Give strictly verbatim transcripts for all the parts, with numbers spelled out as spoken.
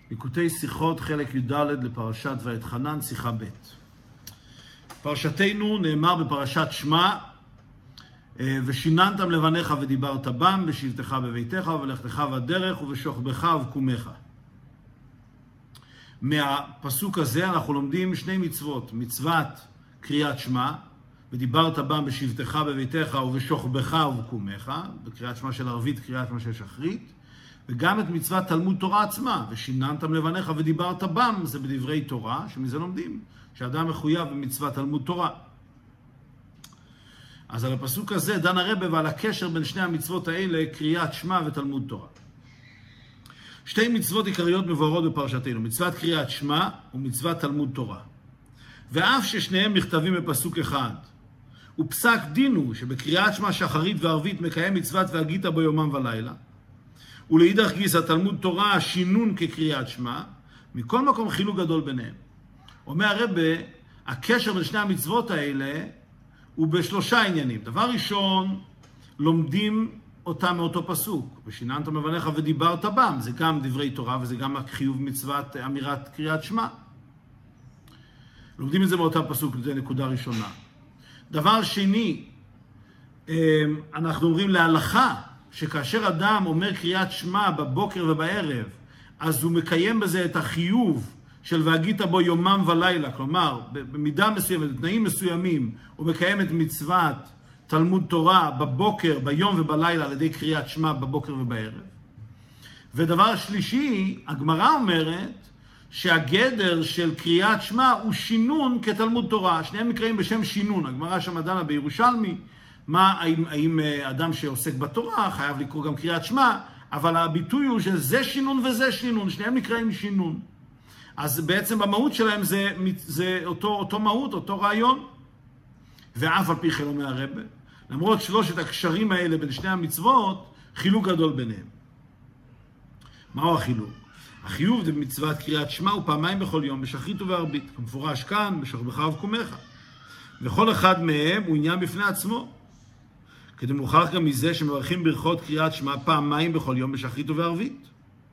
ליקוטי שיחות, חלק י"ד לפרשת ואתחנן, שיחה ב'. פרשתנו נאמר בפרשת שמע, ושיננתם לבניך ודיברת בם, בשבתך בביתך ולכתך בדרך ובשוכבך ובקומך. מהפסוק הזה אנחנו לומדים שני מצוות, מצוות קריאת שמע, ודיברת בם בשבתך בביתך ובשוכבך ובקומך, בקריאת שמע של ערבית, קריאת שמע של שחרית, וגם את מצוות תלמוד תורה עצמה, ושיננתם לבניך ודיברת בם, זה בדברי תורה, שמזה לומדים, שאדם מחויב במצוות תלמוד תורה. אז על הפסוק הזה דן הרבה ועל הקשר בין שני המצוות האלה, קריאת שמע ותלמוד תורה. שתי מצוות עיקריות מבוארות בפרשתנו, מצוות קריאת שמע ומצוות תלמוד תורה. ואף ששניהם נכתבים בפסוק אחד, ופסק דין הוא שבקריאת שמע שחרית וערבית מקיים מצוות והגית בו יומם ולילה, ולאידך גיסא תלמוד תורה שינון כקריאת שמע, מכל מקום חילוק גדול ביניהם. אומר הרבה, הקשר בין שני המצוות האלה הוא בשלושה עניינים. דבר ראשון, לומדים אותם מאותו פסוק, ושיננתם לבניך ודיברת בם, זה גם דברי תורה וזה גם חיוב מצוות אמירת קריאת שמע. לומדים את זה מאותה פסוק, זה נקודה ראשונה. דבר שני, אנחנו אומרים להלכה, שכאשר אדם אומר קריאת שמע בבוקר ובערב, אז הוא מקיים בזה את החיוב של והגית בו יומם ולילה, כלומר, במידה מסוימת, בתנאים מסוימים, הוא מקיים את מצוות תלמוד תורה בבוקר, ביום ובלילה, על ידי קריאת שמע בבוקר ובערב. ודבר שלישי, הגמרא אומרת שהגדר של קריאת שמע הוא שינון כתלמוד תורה. שניהם נקראים בשם שינון. הגמרא שם דנה בירושלמי, מה, האם, האם אדם שעוסק בתורה חייב לקרוא גם קריאת שמע, אבל הביטוי הוא שזה שינון וזה שינון, שניהם נקראים שינון. אז בעצם במהות שלהם זה, זה אותו, אותו מהות, אותו רעיון. ואף על פי כן אומר הרבה, למרות שלושת הקשרים האלה בין שני המצוות, חילוק גדול ביניהם. מהו החילוק? החיוב במצוות קריאת שמע הוא פעמיים בכל יום, בשחרית ובערבית, כמפורש כאן, בשוכבך ובקומך. וכל אחד מהם הוא עניין בפני עצמו. כדי מוכח גם מזה שמברכים ברכות קריאת שמע פעמיים בכל יום, בשחרית ובערבית.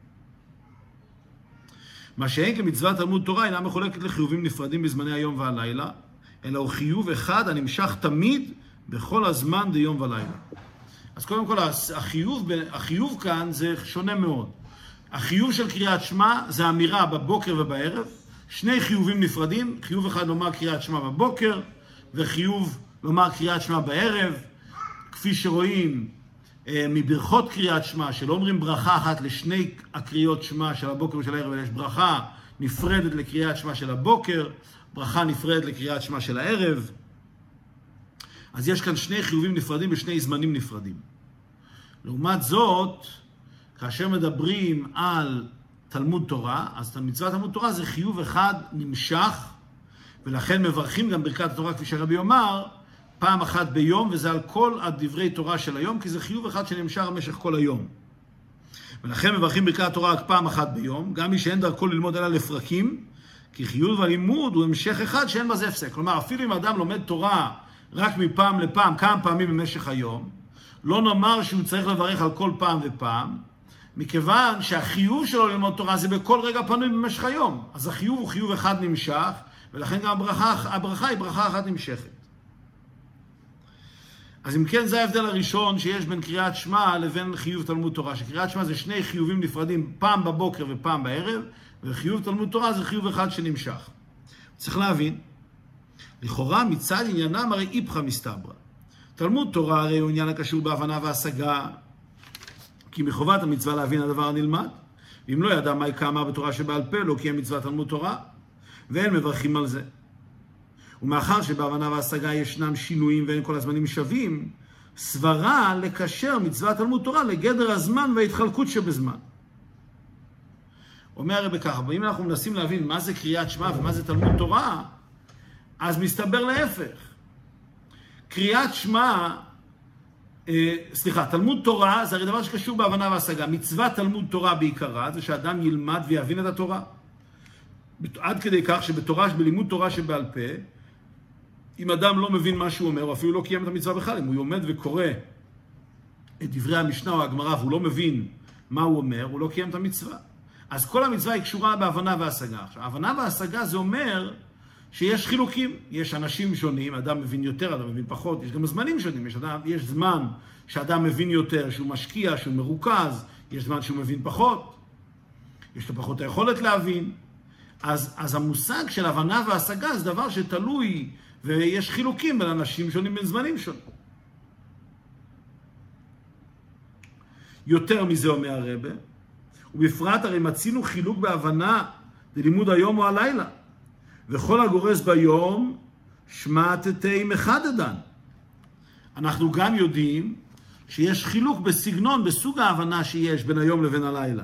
מה שאין כמצוות תלמוד תורה אינה מחולקת לחיובים נפרדים בזמני היום והלילה, אלא הוא חיוב אחד הנמשך תמיד בכל הזמן ביום ולילה. אז קודם כל, החיוב, החיוב כאן זה שונה מאוד. החיוב של קריאת שמע זה אמירה בבוקר ובערב, שני חיובים נפרדים, חיוב אחד לומר קריאת שמע בבוקר, וחיוב לומר קריאת שמע בערב, כפי שרואים מברכות קריאת שמע, שלא אומרים ברכה אחת לשני הקריאות שמע של הבוקר ושל הערב, אלא יש ברכה נפרדת לקריאת שמע של הבוקר, ברכה נפרדת לקריאת שמע של הערב. אז יש כאן שני חיובים נפרדים בשני זמנים נפרדים. לעומת זאת, כאשר מדברים על תלמוד תורה, אז מצוות תלמוד תורה זה חיוב אחד נמשך, ולכן מברכים גם ברכת התורה, כפי שהרבי אומר, פעם אחת ביום, וזה על כל הדברי תורה של היום, כי זה חיוב אחד שנמשך במשך כל היום. ולכן מברכים ברכת התורה רק פעם אחת ביום, גם מי שאין דרכו ללמוד אלא לפרקים, כי חיוב הלימוד הוא המשך אחד שאין בזה הפסק. כלומר, אפילו אם אדם לומד תורה רק מפעם לפעם, כמה פעמים במשך היום, לא נאמר שהוא צריך לברך על כל פעם ופעם, מכיוון שהחיוב שלו ללמוד תורה זה בכל רגע פנוי במשך היום. אז החיוב הוא חיוב אחד נמשך, ולכן גם הברכה, הברכה היא ברכה אחת נמשכת. אז אם כן, זה ההבדל הראשון שיש בין קריאת שמע לבין חיוב תלמוד תורה. שקריאת שמע זה שני חיובים נפרדים, פעם בבוקר ופעם בערב, וחיוב תלמוד תורה זה חיוב אחד שנמשך. צריך להבין, לכאורה מצד עניינם הרי איפכא מסתברא. תלמוד תורה הרי הוא עניין הקשור בהבנה והשגה, כי מחובת המצווה להבין הדבר הנלמד, ואם לא ידע מהי כאמר בתורה שבעל פה, לא קיים מצוות תלמוד תורה, ואין מברכים על זה. ומאחר שבהבנה והשגה ישנם שינויים ואין כל הזמנים שווים, סברה לקשר מצוות תלמוד תורה לגדר הזמן וההתחלקות שבזמן. אומר הרב ככה, ואם אנחנו מנסים להבין מה זה קריאת שמע ומה זה תלמוד תורה, אז מסתבר להפך. קריאת שמע, אה, סליחה, תלמוד תורה זה הרי דבר שקשור בהבנה והשגה. מצוות תלמוד תורה בעיקרה זה שאדם ילמד ויבין את התורה. עד כדי כך שבתורה, בלימוד תורה שבעל פה, אם אדם לא מבין מה שהוא אומר, או אפילו לא קיים את המצווה בכלל, אם הוא עומד וקורא את דברי המשנה או הגמרא והוא לא מבין מה הוא אומר, הוא לא קיים את המצווה. אז כל המצווה היא קשורה בהבנה והשגה. עכשיו, ההבנה וההשגה זה אומר שיש חילוקים. יש אנשים שונים, אדם מבין יותר, אדם מבין פחות, יש גם זמנים שונים. יש, אדם, יש זמן שאדם מבין יותר, שהוא משקיע, שהוא מרוכז, יש זמן שהוא מבין פחות, יש לו פחות היכולת להבין. אז, אז המושג של הבנה והשגה זה דבר שתלוי, ויש חילוקים בין אנשים שונים, בין זמנים שונים. יותר מזה אומר הרבה, ובפרט הרי מצינו חילוק בהבנה ללימוד היום או הלילה. וכל הגורס ביום שמעתתי מחדדן. אנחנו גם יודעים שיש חילוק בסגנון, בסוג ההבנה שיש בין היום לבין הלילה.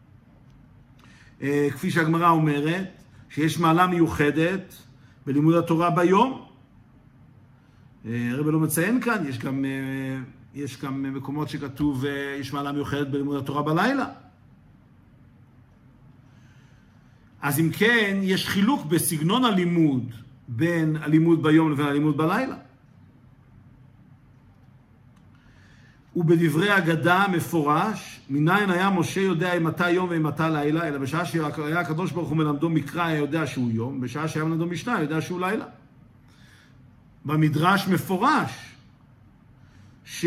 כפי שהגמרא אומרת, שיש מעלה מיוחדת בלימוד התורה ביום. הרב לא מציין כאן, יש גם, יש גם מקומות שכתוב, יש מעלה מיוחדת בלימוד התורה בלילה. אז אם כן, יש חילוק בסגנון הלימוד בין הלימוד ביום לבין הלימוד בלילה. ובדברי אגדה מפורש, מניין היה משה יודע אימתי יום ואימתי לילה, אלא בשעה שהיה הקדוש ברוך הוא מלמדו מקרא, היה יודע שהוא יום, בשעה שהיה מלמדו משנה, היה יודע שהוא לילה. במדרש מפורש, ש...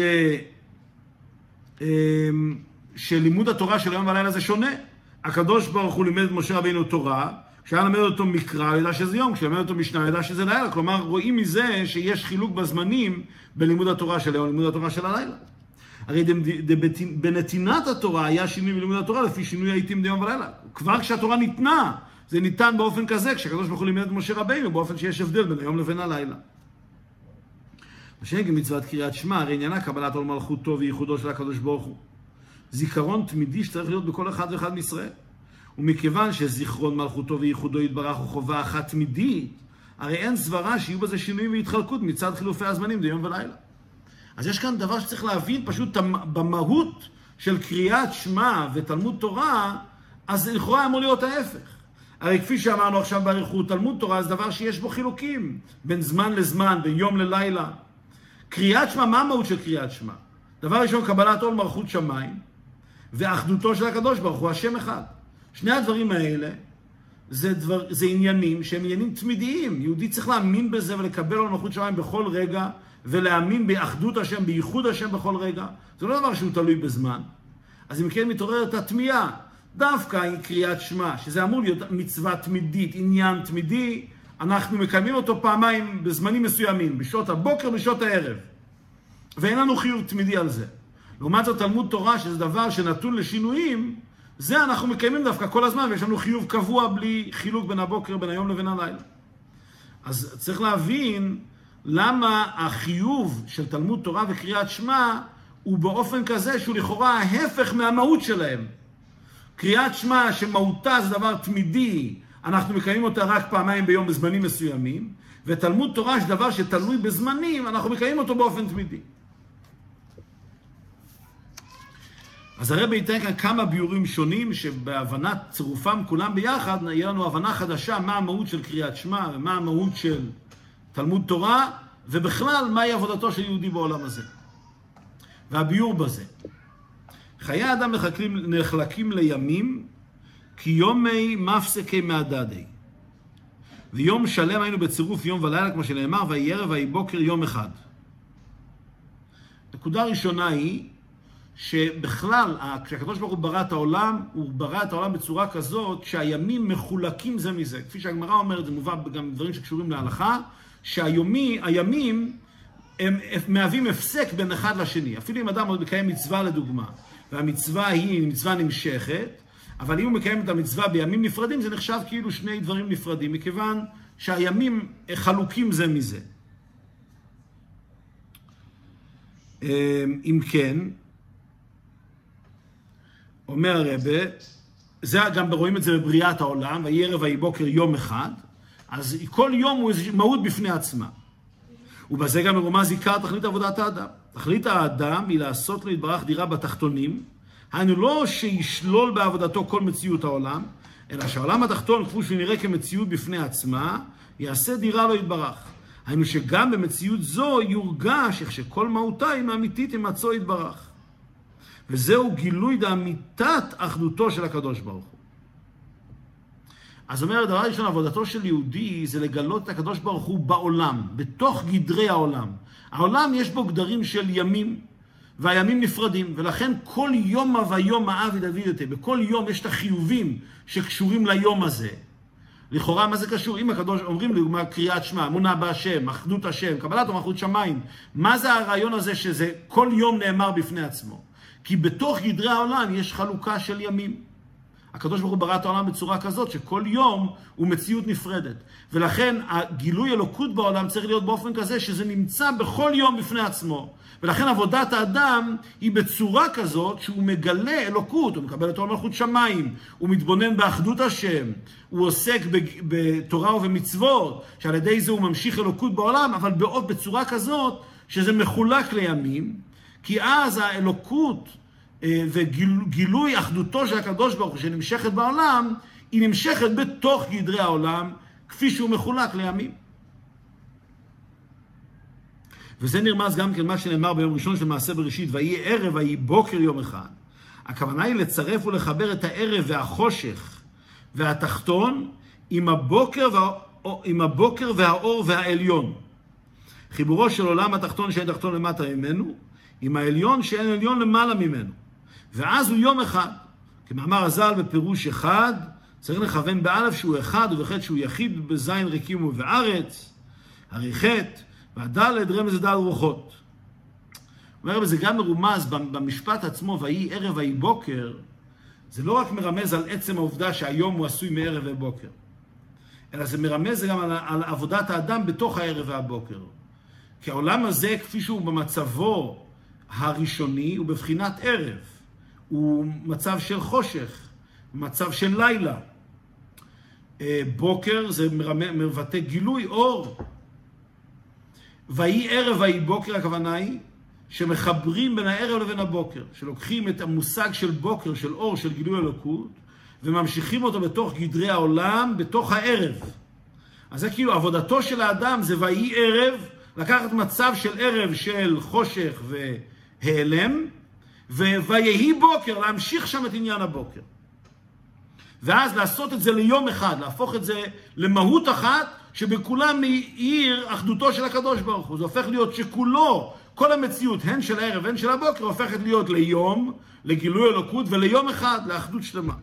שלימוד התורה של היום והלילה זה שונה. הקדוש ברוך הוא לימד את משה רבינו תורה, כשהיה למד אותו מקרא, הוא ידע שזה יום, כשלמד אותו משנה, הוא ידע שזה לילה. כלומר, רואים מזה שיש חילוק בזמנים בלימוד התורה של היום, לימוד התורה של הלילה. הרי בנתינת התורה היה שינוי בלימוד התורה לפי שינוי העיתים ביום ולילה. כבר כשהתורה ניתנה, זה ניתן באופן כזה, כשהקדוש ברוך הוא לימד את משה רבינו, באופן שיש הבדל בין היום לבין הלילה. ושנגיד מצוות קריאת שמע, הרי עניינה קבלת עול מלכותו וייחודו של הקדוש ברוך הוא. זיכרון תמידי שצריך להיות בכל אחד ואחד מישראל. ומכיוון שזיכרון מלכותו וייחודו יתברך הוא חובה אחת תמידית, הרי אין סברה שיהיו בזה שינויים והתחלקות מצד חילופי הזמנים ביום ולילה. אז יש כאן דבר שצריך להבין פשוט במהות של קריאת שמע ותלמוד תורה, אז לכאורה אמור להיות ההפך. הרי כפי שאמרנו עכשיו באריכות, תלמוד תורה זה דבר שיש בו חילוקים, בין זמן לזמן, בין יום ללילה. קריאת שמע, מה המהות של קריאת שמע? דבר ראשון, קבלת עול מלכות שמיים, ואחדותו של הקדוש ברוך הוא, השם אחד. שני הדברים האלה, זה, דבר, זה עניינים שהם עניינים תמידיים. יהודי צריך להאמין בזה ולקבל עול מלכות שמיים בכל רגע, ולהאמין באחדות השם, בייחוד השם בכל רגע. זה לא דבר שהוא תלוי בזמן. אז אם כן מתעוררת התמיהה, דווקא עם קריאת שמע, שזה אמור להיות מצווה תמידית, עניין תמידי, אנחנו מקיימים אותו פעמיים בזמנים מסוימים, בשעות הבוקר, בשעות הערב. ואין לנו חיוב תמידי על זה. לעומת זאת, תלמוד תורה, שזה דבר שנתון לשינויים, זה אנחנו מקיימים דווקא כל הזמן, ויש לנו חיוב קבוע בלי חילוק בין הבוקר, בין היום לבין הלילה. אז צריך להבין למה החיוב של תלמוד תורה וקריאת שמע הוא באופן כזה שהוא לכאורה ההפך מהמהות שלהם. קריאת שמע שמהותה זה דבר תמידי, אנחנו מקיימים אותה רק פעמיים ביום בזמנים מסוימים, ותלמוד תורה זה דבר שתלוי בזמנים, אנחנו מקיימים אותו באופן תמידי. אז הרב ייתן כאן כמה ביורים שונים שבהבנת צירופם כולם ביחד, יהיה לנו הבנה חדשה מה המהות של קריאת שמע ומה המהות של תלמוד תורה, ובכלל מהי עבודתו של יהודי בעולם הזה. והביור בזה. חיי האדם נחלקים, נחלקים לימים, כי יומי מפסקי מעדדי. ויום שלם היינו בצירוף יום ולילה, כמו שנאמר, ויהי ערב ויהי בוקר יום אחד. נקודה ראשונה היא, שבכלל, כשהקדוש ברוך הוא ברא את העולם, הוא ברא את העולם בצורה כזאת, שהימים מחולקים זה מזה. כפי שהגמרא אומרת, זה מובא גם דברים שקשורים להלכה, שהיומי, הימים הם מהווים הפסק בין אחד לשני. אפילו אם אדם מקיים מצווה לדוגמה, והמצווה היא מצווה נמשכת, אבל אם הוא מקיים את המצווה בימים נפרדים, זה נחשב כאילו שני דברים נפרדים, מכיוון שהימים חלוקים זה מזה. אם כן, אומר הרבה, זה גם רואים את זה בבריאת העולם, ויהי ערב ויהי בוקר יום אחד, אז כל יום הוא מהות בפני עצמה. ובזה גם מרומז עיקר תכלית עבודת האדם. תכלית האדם היא לעשות להתברך דירה בתחתונים, היינו לא שישלול בעבודתו כל מציאות העולם, אלא שהעולם התחתון, כפי שנראה כמציאות בפני עצמה, יעשה דירה לא יתברך. היינו שגם במציאות זו יורגש איך שכל מהותה היא מאמיתית עם עצו יתברך. וזהו גילוי דאמיתת אחדותו של הקדוש ברוך הוא. אז אומר, דבר ראשון, עבודתו של יהודי זה לגלות את הקדוש ברוך הוא בעולם, בתוך גדרי העולם. העולם יש בו גדרים של ימים, והימים נפרדים, ולכן כל יום ויום מעביד עבידתי, בכל יום יש את החיובים שקשורים ליום הזה. לכאורה מה זה קשור? אם הקדוש אומרים לדוגמה קריאת שמע, אמונה בהשם, אחדות השם, קבלת ומלכות שמיים, מה זה הרעיון הזה שזה כל יום נאמר בפני עצמו? כי בתוך גדרי העולם יש חלוקה של ימים. הקדוש ברוך הוא ברא את העולם בצורה כזאת שכל יום הוא מציאות נפרדת. ולכן הגילוי אלוקות בעולם צריך להיות באופן כזה שזה נמצא בכל יום בפני עצמו. ולכן עבודת האדם היא בצורה כזאת שהוא מגלה אלוקות, הוא מקבל את עול מלכות שמיים, הוא מתבונן באחדות השם, הוא עוסק בתורה ובמצוות, שעל ידי זה הוא ממשיך אלוקות בעולם, אבל בעוד בצורה כזאת שזה מחולק לימים, כי אז האלוקות וגילוי אחדותו של הקדוש ברוך הוא שנמשכת בעולם, היא נמשכת בתוך גדרי העולם, כפי שהוא מחולק לימים. וזה נרמז גם כן מה שנאמר ביום ראשון של מעשה בראשית, ויהי ערב ויהי בוקר יום אחד. הכוונה היא לצרף ולחבר את הערב והחושך והתחתון עם הבוקר, וה... עם הבוקר והאור והעליון. חיבורו של עולם התחתון שאין תחתון למטה ממנו, עם העליון שאין עליון למעלה ממנו. ואז הוא יום אחד. כמאמר הז"ל בפירוש אחד, צריך לכוון באלף שהוא אחד ובחטא שהוא יחיד, בזין ריקים ובארץ, הרי חטא, והדלת רמז דל רוחות. אומר בזה גם מרומז במשפט עצמו, ויהי ערב ויהי בוקר, זה לא רק מרמז על עצם העובדה שהיום הוא עשוי מערב ובוקר, אלא זה מרמז גם על, על עבודת האדם בתוך הערב והבוקר. כי העולם הזה, כפי שהוא במצבו הראשוני, הוא בבחינת ערב. הוא מצב של חושך, מצב של לילה. בוקר זה מבטא גילוי אור. ויהי ערב ויהי בוקר, הכוונה היא שמחברים בין הערב לבין הבוקר, שלוקחים את המושג של בוקר, של אור, של גילוי אלוקות, וממשיכים אותו בתוך גדרי העולם, בתוך הערב. אז זה כאילו עבודתו של האדם זה ויהי ערב, לקחת מצב של ערב של חושך והיעלם, ויהי בוקר, להמשיך שם את עניין הבוקר. ואז לעשות את זה ליום אחד, להפוך את זה למהות אחת, שבכולם מאיר אחדותו של הקדוש ברוך הוא. זה הופך להיות שכולו, כל המציאות, הן של הערב, הן של הבוקר, הופכת להיות ליום, לגילוי אלוקות, וליום אחד, לאחדות שלמה.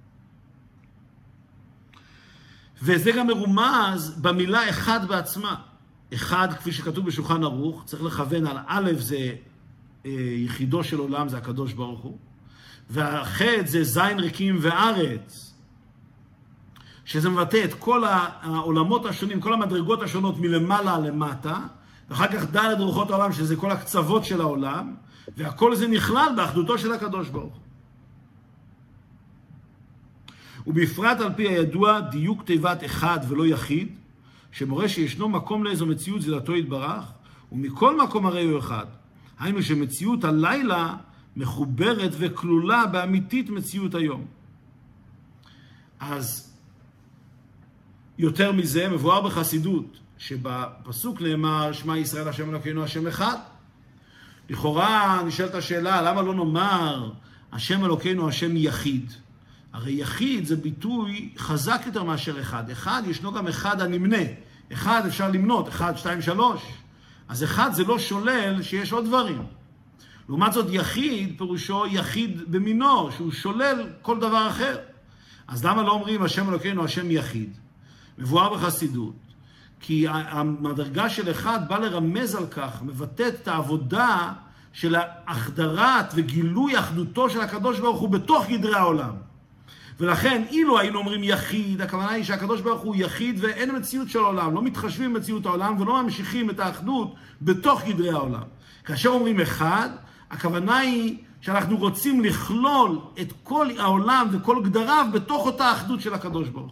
וזה גם מרומז במילה אחד בעצמה. אחד, כפי שכתוב בשולחן ערוך, צריך לכוון על א' זה אה, יחידו של עולם, זה הקדוש ברוך הוא, והחד זה זין ריקים וארץ, שזה מבטא את כל העולמות השונים, כל המדרגות השונות מלמעלה למטה, ואחר כך ד' רוחות העולם, שזה כל הקצוות של העולם, והכל זה נכלל באחדותו של הקדוש ברוך הוא. ובפרט על פי הידוע, דיוק תיבת אחד ולא יחיד, שמורה שישנו מקום לאיזו מציאות זילתו יתברך, ומכל מקום הרי הוא אחד. היינו שמציאות הלילה מחוברת וכלולה באמיתית מציאות היום. אז יותר מזה, מבואר בחסידות, שבפסוק נאמר, שמע ישראל השם אלוקינו השם אחד. לכאורה נשאלת השאלה, למה לא נאמר, השם אלוקינו השם יחיד? הרי יחיד זה ביטוי חזק יותר מאשר אחד. אחד, ישנו גם אחד הנמנה. אחד אפשר למנות, אחד, שתיים, שלוש. אז אחד זה לא שולל שיש עוד דברים. לעומת זאת יחיד, פירושו יחיד במינו, שהוא שולל כל דבר אחר. אז למה לא אומרים השם אלוקינו השם יחיד? מבואר בחסידות. כי המדרגה של אחד בא לרמז על כך, מבטאת את העבודה של ההחדרת וגילוי אחדותו של הקדוש ברוך הוא בתוך גדרי העולם. ולכן, אילו היינו אומרים יחיד, הכוונה היא שהקדוש ברוך הוא יחיד ואין מציאות של העולם, לא מתחשבים במציאות העולם ולא ממשיכים את האחדות בתוך גדרי העולם. כאשר אומרים אחד, הכוונה היא שאנחנו רוצים לכלול את כל העולם וכל גדריו בתוך אותה אחדות של הקדוש ברוך הוא.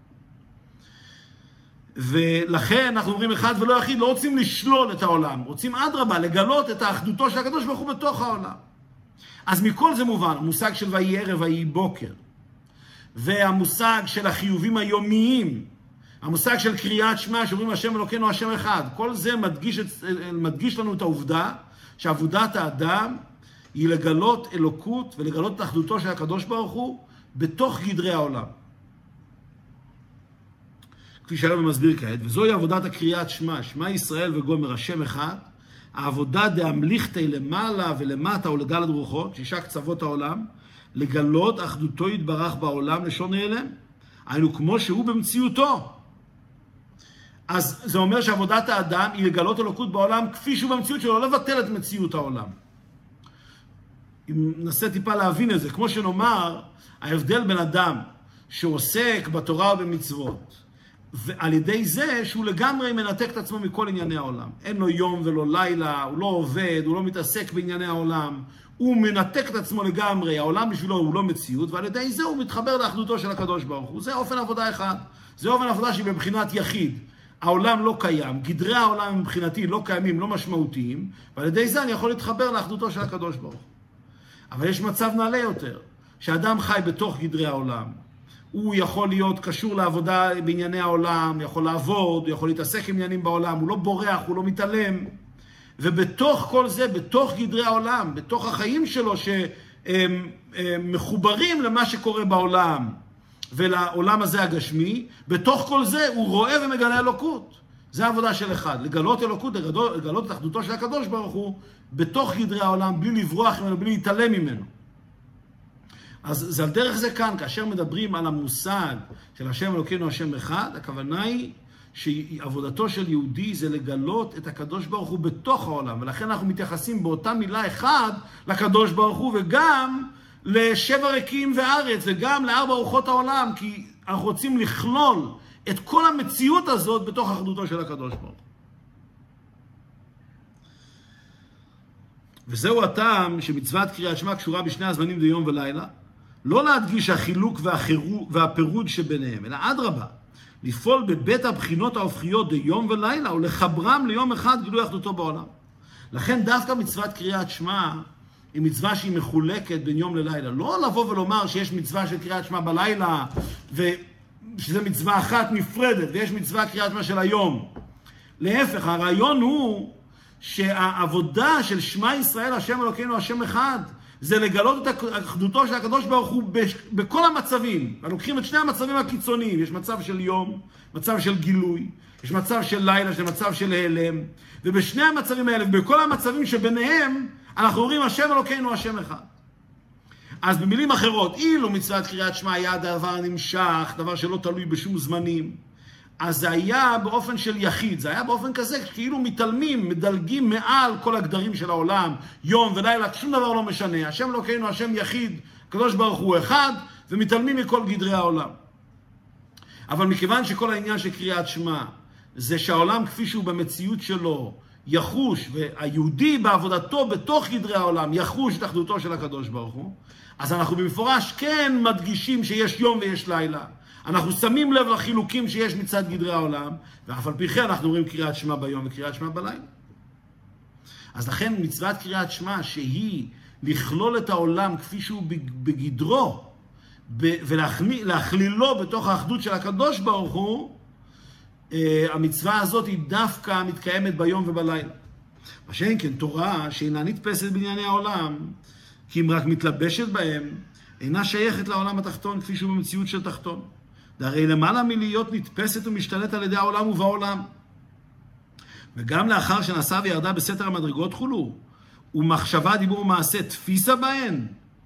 ולכן אנחנו אומרים אחד ולא יחיד, לא רוצים לשלול את העולם, רוצים אדרבה לגלות את האחדותו של הקדוש ברוך הוא בתוך העולם. אז מכל זה מובן, המושג של ויהי ערב ויהי בוקר, והמושג של החיובים היומיים, המושג של קריאת שמע שאומרים השם אלוקינו השם אחד, כל זה מדגיש, מדגיש לנו את העובדה שעבודת האדם היא לגלות אלוקות ולגלות את אחדותו של הקדוש ברוך הוא בתוך גדרי העולם. כפי שהרב מסביר כעת, וזוהי עבודת הקריאת שמע, שמע ישראל וגומר השם אחד, העבודה דאמליכתי למעלה ולמטה ולדלת רוחות, שישה קצוות העולם, לגלות אחדותו יתברך בעולם לשון נעלם. היינו כמו שהוא במציאותו. אז זה אומר שעבודת האדם היא לגלות אלוקות בעולם כפי שהוא במציאות שלו, לא לבטל את מציאות העולם. אם ננסה טיפה להבין את זה, כמו שנאמר, ההבדל בין אדם שעוסק בתורה ובמצוות, ועל ידי זה שהוא לגמרי מנתק את עצמו מכל ענייני העולם. אין לו יום ולא לילה, הוא לא עובד, הוא לא מתעסק בענייני העולם, הוא מנתק את עצמו לגמרי, העולם בשבילו הוא לא מציאות, ועל ידי זה הוא מתחבר לאחדותו של הקדוש ברוך הוא. זה אופן עבודה אחד. זה אופן עבודה שהיא מבחינת יחיד. העולם לא קיים, גדרי העולם מבחינתי לא קיימים, לא משמעותיים, ועל ידי זה אני יכול להתחבר לאחדותו של הקדוש ברוך הוא. אבל יש מצב נעלה יותר, שאדם חי בתוך גדרי העולם. הוא יכול להיות קשור לעבודה בענייני העולם, יכול לעבוד, הוא יכול להתעסק עם עניינים בעולם, הוא לא בורח, הוא לא מתעלם. ובתוך כל זה, בתוך גדרי העולם, בתוך החיים שלו שהם מחוברים למה שקורה בעולם ולעולם הזה הגשמי, בתוך כל זה הוא רואה ומגלה אלוקות. זה העבודה של אחד, לגלות אלוקות, לגלות, לגלות את אחדותו של הקדוש ברוך הוא בתוך גדרי העולם, בלי לברוח ממנו, בלי להתעלם ממנו. אז זה על דרך זה כאן, כאשר מדברים על המושג של השם אלוקינו השם אחד, הכוונה היא שעבודתו של יהודי זה לגלות את הקדוש ברוך הוא בתוך העולם, ולכן אנחנו מתייחסים באותה מילה אחד לקדוש ברוך הוא, וגם לשבע ריקים וארץ, וגם לארבע רוחות העולם, כי אנחנו רוצים לכלול את כל המציאות הזאת בתוך אחדותו של הקדוש ברוך הוא. וזהו הטעם שמצוות קריאת שמע קשורה בשני הזמנים דיום ולילה, לא להדגיש החילוק והפירוד שביניהם, אלא אדרבה, לפעול בבית הבחינות ההופכיות דיום ולילה, ולחברם ליום אחד גילוי אחדותו בעולם. לכן דווקא מצוות קריאת שמע היא מצווה שהיא מחולקת בין יום ללילה. לא לבוא ולומר שיש מצווה של קריאת שמע בלילה, ושזה מצווה אחת נפרדת, ויש מצווה קריאת שמע של היום. להפך, הרעיון הוא שהעבודה של שמע ישראל, השם אלוקינו, השם אחד, זה לגלות את אחדותו של הקדוש ברוך הוא בכל המצבים. ולוקחים את שני המצבים הקיצוניים. יש מצב של יום, מצב של גילוי, יש מצב של לילה, יש מצב של העלם. ובשני המצבים האלה, ובכל המצבים שביניהם, אנחנו אומרים השם אלוקינו, השם אחד. אז במילים אחרות, אילו מצוות קריאת שמע היה דבר נמשך, דבר שלא תלוי בשום זמנים, אז זה היה באופן של יחיד, זה היה באופן כזה, כאילו מתעלמים, מדלגים מעל כל הגדרים של העולם, יום ולילה, שום דבר לא משנה. השם אלוקינו, השם יחיד, הקדוש ברוך הוא אחד, ומתעלמים מכל גדרי העולם. אבל מכיוון שכל העניין של קריאת שמע, זה שהעולם כפי שהוא במציאות שלו, יחוש, והיהודי בעבודתו בתוך גדרי העולם, יחוש את אחדותו של הקדוש ברוך הוא, אז אנחנו במפורש כן מדגישים שיש יום ויש לילה. אנחנו שמים לב לחילוקים שיש מצד גדרי העולם, ואף על פי כן אנחנו אומרים קריאת שמע ביום וקריאת שמע בלילה. אז לכן מצוות קריאת שמע שהיא לכלול את העולם כפי שהוא בגדרו, ולהכלילו בתוך האחדות של הקדוש ברוך הוא, המצווה הזאת היא דווקא מתקיימת ביום ובלילה. מה שאין כן, תורה שאינה נתפסת בענייני העולם, כי אם רק מתלבשת בהם, אינה שייכת לעולם התחתון כפי שהוא במציאות של תחתון. הרי למעלה מלהיות נתפסת ומשתלט על ידי העולם ובעולם. וגם לאחר שנסעה וירדה בסתר המדרגות חולו, ומחשבה, דיבור ומעשה, תפיסה בהן,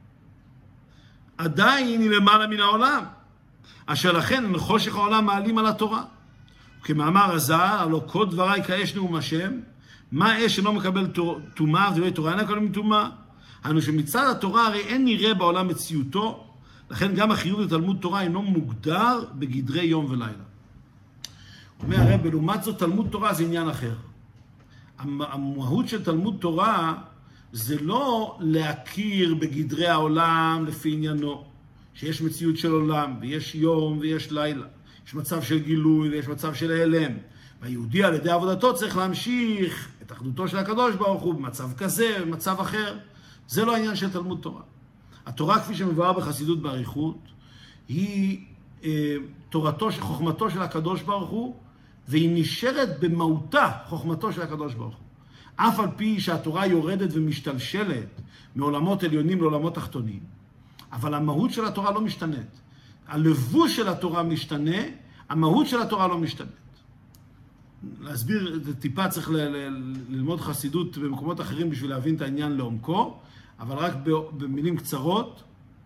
עדיין היא למעלה מן העולם, אשר לכן מחושך העולם מעלים על התורה. וכמאמר הז"ל, הלא כל דבריי כאש נאום השם, מה אש שלא מקבל תומה ודברי תורה אינה מקבלים תומה? אנו שמצד התורה הרי אין נראה בעולם מציאותו, לכן גם החיוב לתלמוד תורה אינו מוגדר בגדרי יום ולילה. אומר הרב, לעומת זאת תלמוד תורה זה עניין אחר. המהות של תלמוד תורה זה לא להכיר בגדרי העולם לפי עניינו, שיש מציאות של עולם, ויש יום ויש לילה. יש מצב של גילוי ויש מצב של העלם. והיהודי על ידי עבודתו צריך להמשיך את אחדותו של הקדוש ברוך הוא במצב כזה, במצב אחר. זה לא העניין של תלמוד תורה. התורה כפי שמבואר בחסידות באריכות, היא אה, תורתו, חוכמתו של הקדוש ברוך הוא, והיא נשארת במהותה חוכמתו של הקדוש ברוך הוא. אף על פי שהתורה יורדת ומשתלשלת מעולמות עליונים לעולמות תחתונים, אבל המהות של התורה לא משתנית. הלבוש של התורה משתנה, המהות של התורה לא משתנית. להסביר, טיפה צריך ל- ל- ללמוד חסידות במקומות אחרים בשביל להבין את העניין לעומקו, אבל רק במילים קצרות.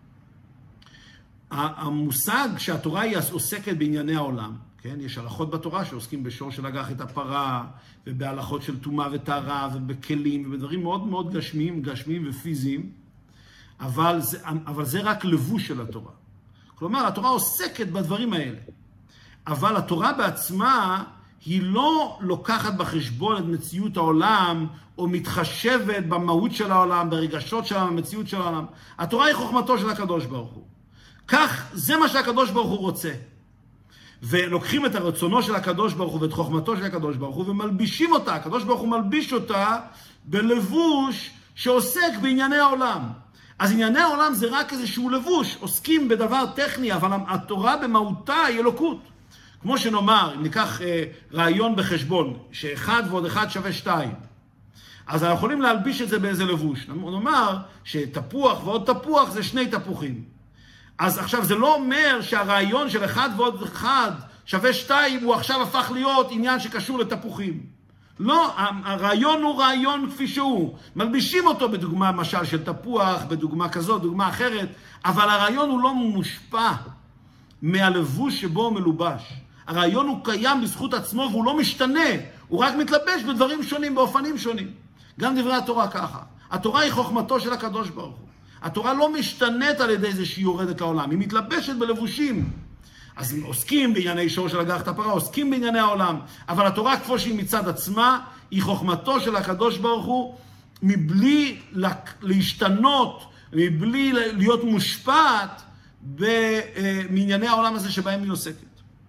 המושג שהתורה היא עוסקת בענייני העולם, כן? יש הלכות בתורה שעוסקים בשור של אגח את הפרה, ובהלכות של טומאה וטהרה, ובכלים, ובדברים מאוד מאוד גשמיים, גשמיים ופיזיים, אבל זה, אבל זה רק לבוש של התורה. כלומר, התורה עוסקת בדברים האלה. אבל התורה בעצמה היא לא לוקחת בחשבון את מציאות העולם, או מתחשבת במהות של העולם, ברגשות של המציאות של העולם. התורה היא חוכמתו של הקדוש ברוך הוא. כך, זה מה שהקדוש ברוך הוא רוצה. ולוקחים את הרצונו של הקדוש ברוך הוא ואת חוכמתו של הקדוש ברוך הוא ומלבישים אותה. הקדוש ברוך הוא מלביש אותה בלבוש שעוסק בענייני העולם. אז ענייני העולם זה רק איזשהו לבוש, עוסקים בדבר טכני, אבל התורה במהותה היא אלוקות. כמו שנאמר, אם ניקח אה, רעיון בחשבון, שאחד ועוד אחד שווה שתיים, אז אנחנו יכולים להלביש את זה באיזה לבוש. נאמר שתפוח ועוד תפוח זה שני תפוחים. אז עכשיו זה לא אומר שהרעיון של אחד ועוד אחד שווה שתיים, הוא עכשיו הפך להיות עניין שקשור לתפוחים. לא, הרעיון הוא רעיון כפי שהוא. מלבישים אותו בדוגמה משל של תפוח, בדוגמה כזאת, דוגמה אחרת, אבל הרעיון הוא לא מושפע מהלבוש שבו הוא מלובש. הרעיון הוא קיים בזכות עצמו והוא לא משתנה, הוא רק מתלבש בדברים שונים, באופנים שונים. גם דברי התורה ככה. התורה היא חוכמתו של הקדוש ברוך הוא. התורה לא משתנית על ידי זה שהיא יורדת לעולם, היא מתלבשת בלבושים. אז עוסקים בענייני שור של אגח את הפרה, עוסקים בענייני העולם, אבל התורה כפי שהיא מצד עצמה, היא חוכמתו של הקדוש ברוך הוא, מבלי להשתנות, מבלי להיות מושפעת בענייני העולם הזה שבהם היא עוסקת.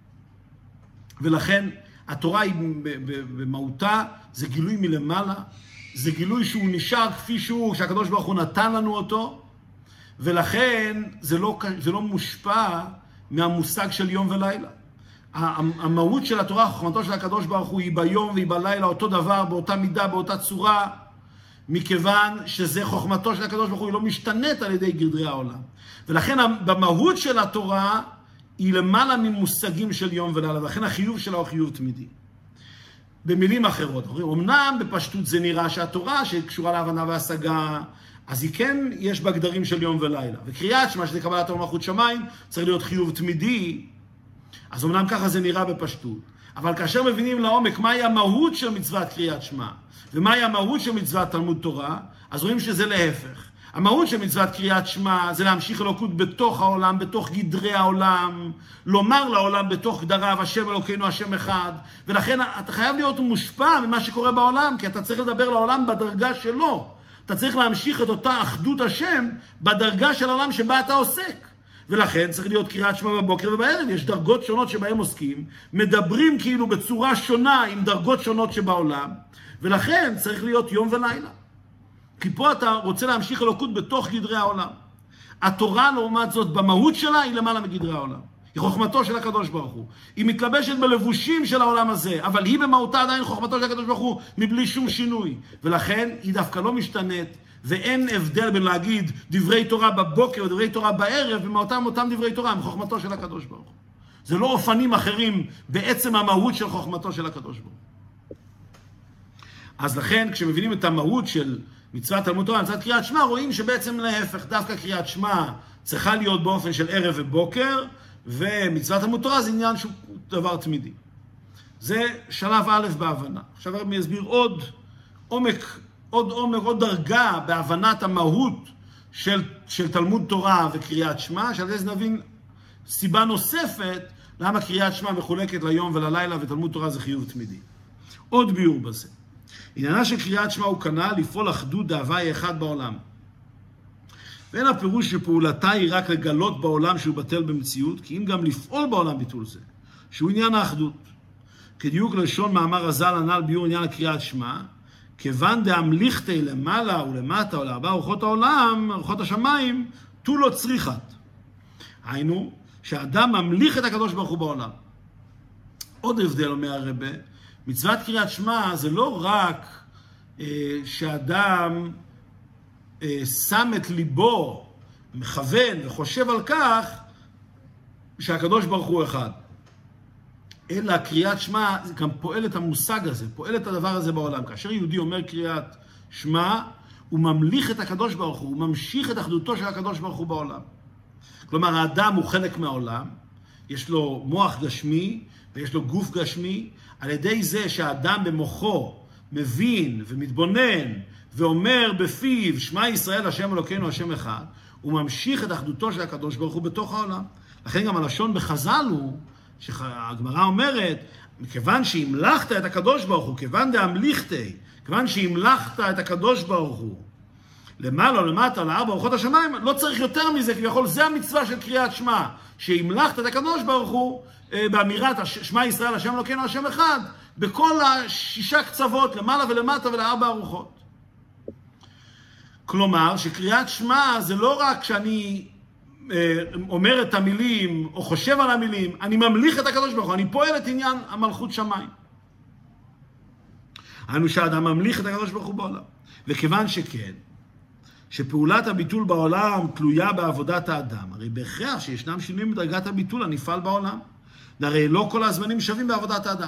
ולכן התורה היא במהותה, זה גילוי מלמעלה, זה גילוי שהוא נשאר כפי שהוא, שהקדוש ברוך הוא נתן לנו אותו, ולכן זה לא, זה לא מושפע מהמושג של יום ולילה. המהות של התורה, חוכמתו של הקדוש ברוך הוא, היא ביום והיא בלילה אותו דבר, באותה מידה, באותה צורה, מכיוון שזה חוכמתו של הקדוש ברוך הוא, היא לא משתנית על ידי גדרי העולם. ולכן במהות של התורה, היא למעלה ממושגים של יום ולילה, ולכן החיוב שלה הוא חיוב תמידי. במילים אחרות, אמנם בפשטות זה נראה שהתורה שקשורה להבנה והשגה, אז היא כן, יש בה גדרים של יום ולילה. וקריאת שמע, שזה קבלת עול מלכות שמיים, צריך להיות חיוב תמידי, אז אמנם ככה זה נראה בפשטות. אבל כאשר מבינים לעומק מהי המהות של מצוות קריאת שמע, ומהי המהות של מצוות תלמוד תורה, אז רואים שזה להפך. המהות של מצוות קריאת שמע זה להמשיך אלוקות בתוך העולם, בתוך גדרי העולם, לומר לעולם בתוך גדריו, השם אלוקינו, השם אחד, ולכן אתה חייב להיות מושפע ממה שקורה בעולם, כי אתה צריך לדבר לעולם בדרגה שלו. אתה צריך להמשיך את אותה אחדות השם בדרגה של העולם שבה אתה עוסק. ולכן צריך להיות קריאת שמע בבוקר ובערב. יש דרגות שונות שבהם עוסקים, מדברים כאילו בצורה שונה עם דרגות שונות שבעולם, ולכן צריך להיות יום ולילה. כי פה אתה רוצה להמשיך אלוקות בתוך גדרי העולם. התורה לעומת זאת במהות שלה היא למעלה מגדרי העולם. היא חוכמתו של הקדוש ברוך הוא. היא מתלבשת בלבושים של העולם הזה, אבל היא במהותה עדיין חוכמתו של הקדוש ברוך הוא מבלי שום שינוי. ולכן היא דווקא לא משתנית, ואין הבדל בין להגיד דברי תורה בבוקר ודברי תורה בערב, במהותם אותם דברי תורה, הם חוכמתו של הקדוש ברוך הוא. זה לא אופנים אחרים בעצם המהות של חוכמתו של הקדוש ברוך הוא. אז לכן כשמבינים את המהות של מצוות תלמוד תורה, מצוות קריאת שמע, רואים שבעצם להפך, דווקא קריאת שמע צריכה להיות באופן של ערב ובוקר, ומצוות תלמוד תורה זה עניין שהוא דבר תמידי. זה שלב א' בהבנה. עכשיו אני אסביר עוד עומק, עוד עומק, עוד דרגה בהבנת המהות של, של תלמוד תורה וקריאת שמע, שעל זה נבין סיבה נוספת למה קריאת שמע מחולקת ליום וללילה ותלמוד תורה זה חיוב תמידי. עוד ביור בזה. עניינה של קריאת שמע הוא כנ"ל לפעול אחדות דהווי אחד בעולם. ואין הפירוש שפעולתה היא רק לגלות בעולם שהוא בטל במציאות, כי אם גם לפעול בעולם ביטול זה, שהוא עניין האחדות. כדיוק לשון מאמר הז"ל הנ"ל ביור עניין הקריאת שמע, כיוון דהמליכתי למעלה ולמטה או לארבע רוחות העולם, רוחות השמיים, תו לא צריכת. היינו, שהאדם ממליך את הקדוש ברוך הוא בעולם. עוד הבדל אומר הרבה, מצוות קריאת שמע זה לא רק אה, שאדם אה, שם את ליבו, מכוון וחושב על כך שהקדוש ברוך הוא אחד. אלא קריאת שמע, זה גם פועל את המושג הזה, פועל את הדבר הזה בעולם. כאשר יהודי אומר קריאת שמע, הוא ממליך את הקדוש ברוך הוא, הוא ממשיך את אחדותו של הקדוש ברוך הוא בעולם. כלומר, האדם הוא חלק מהעולם, יש לו מוח גשמי ויש לו גוף גשמי, על ידי זה שהאדם במוחו מבין ומתבונן ואומר בפיו, שמע ישראל השם אלוקינו השם אחד, הוא ממשיך את אחדותו של הקדוש ברוך הוא בתוך העולם. לכן גם הלשון בחז"ל הוא, שהגמרא אומרת, מכיוון שהמלכת את הקדוש ברוך הוא, כיוון דהמליכתי, כיוון שהמלכת את הקדוש ברוך הוא, למעלה או למטה, לארבע אורחות השמיים, לא צריך יותר מזה, כביכול זה המצווה של קריאת שמע, שהמלכת את הקדוש ברוך הוא, באמירת שמע ישראל השם אלוקינו השם אחד, בכל השישה קצוות, למעלה ולמטה ולארבע ארוחות. כלומר, שקריאת שמע זה לא רק שאני אומר את המילים, או חושב על המילים, אני ממליך את הקדוש ברוך הוא, אני פועל את עניין המלכות שמיים. היינו שהאדם ממליך את הקדוש ברוך הוא בעולם. וכיוון שכן, שפעולת הביטול בעולם תלויה בעבודת האדם, הרי בהכרח שישנם שינויים בדרגת הביטול הנפעל בעולם. הרי לא כל הזמנים שווים בעבודת האדם.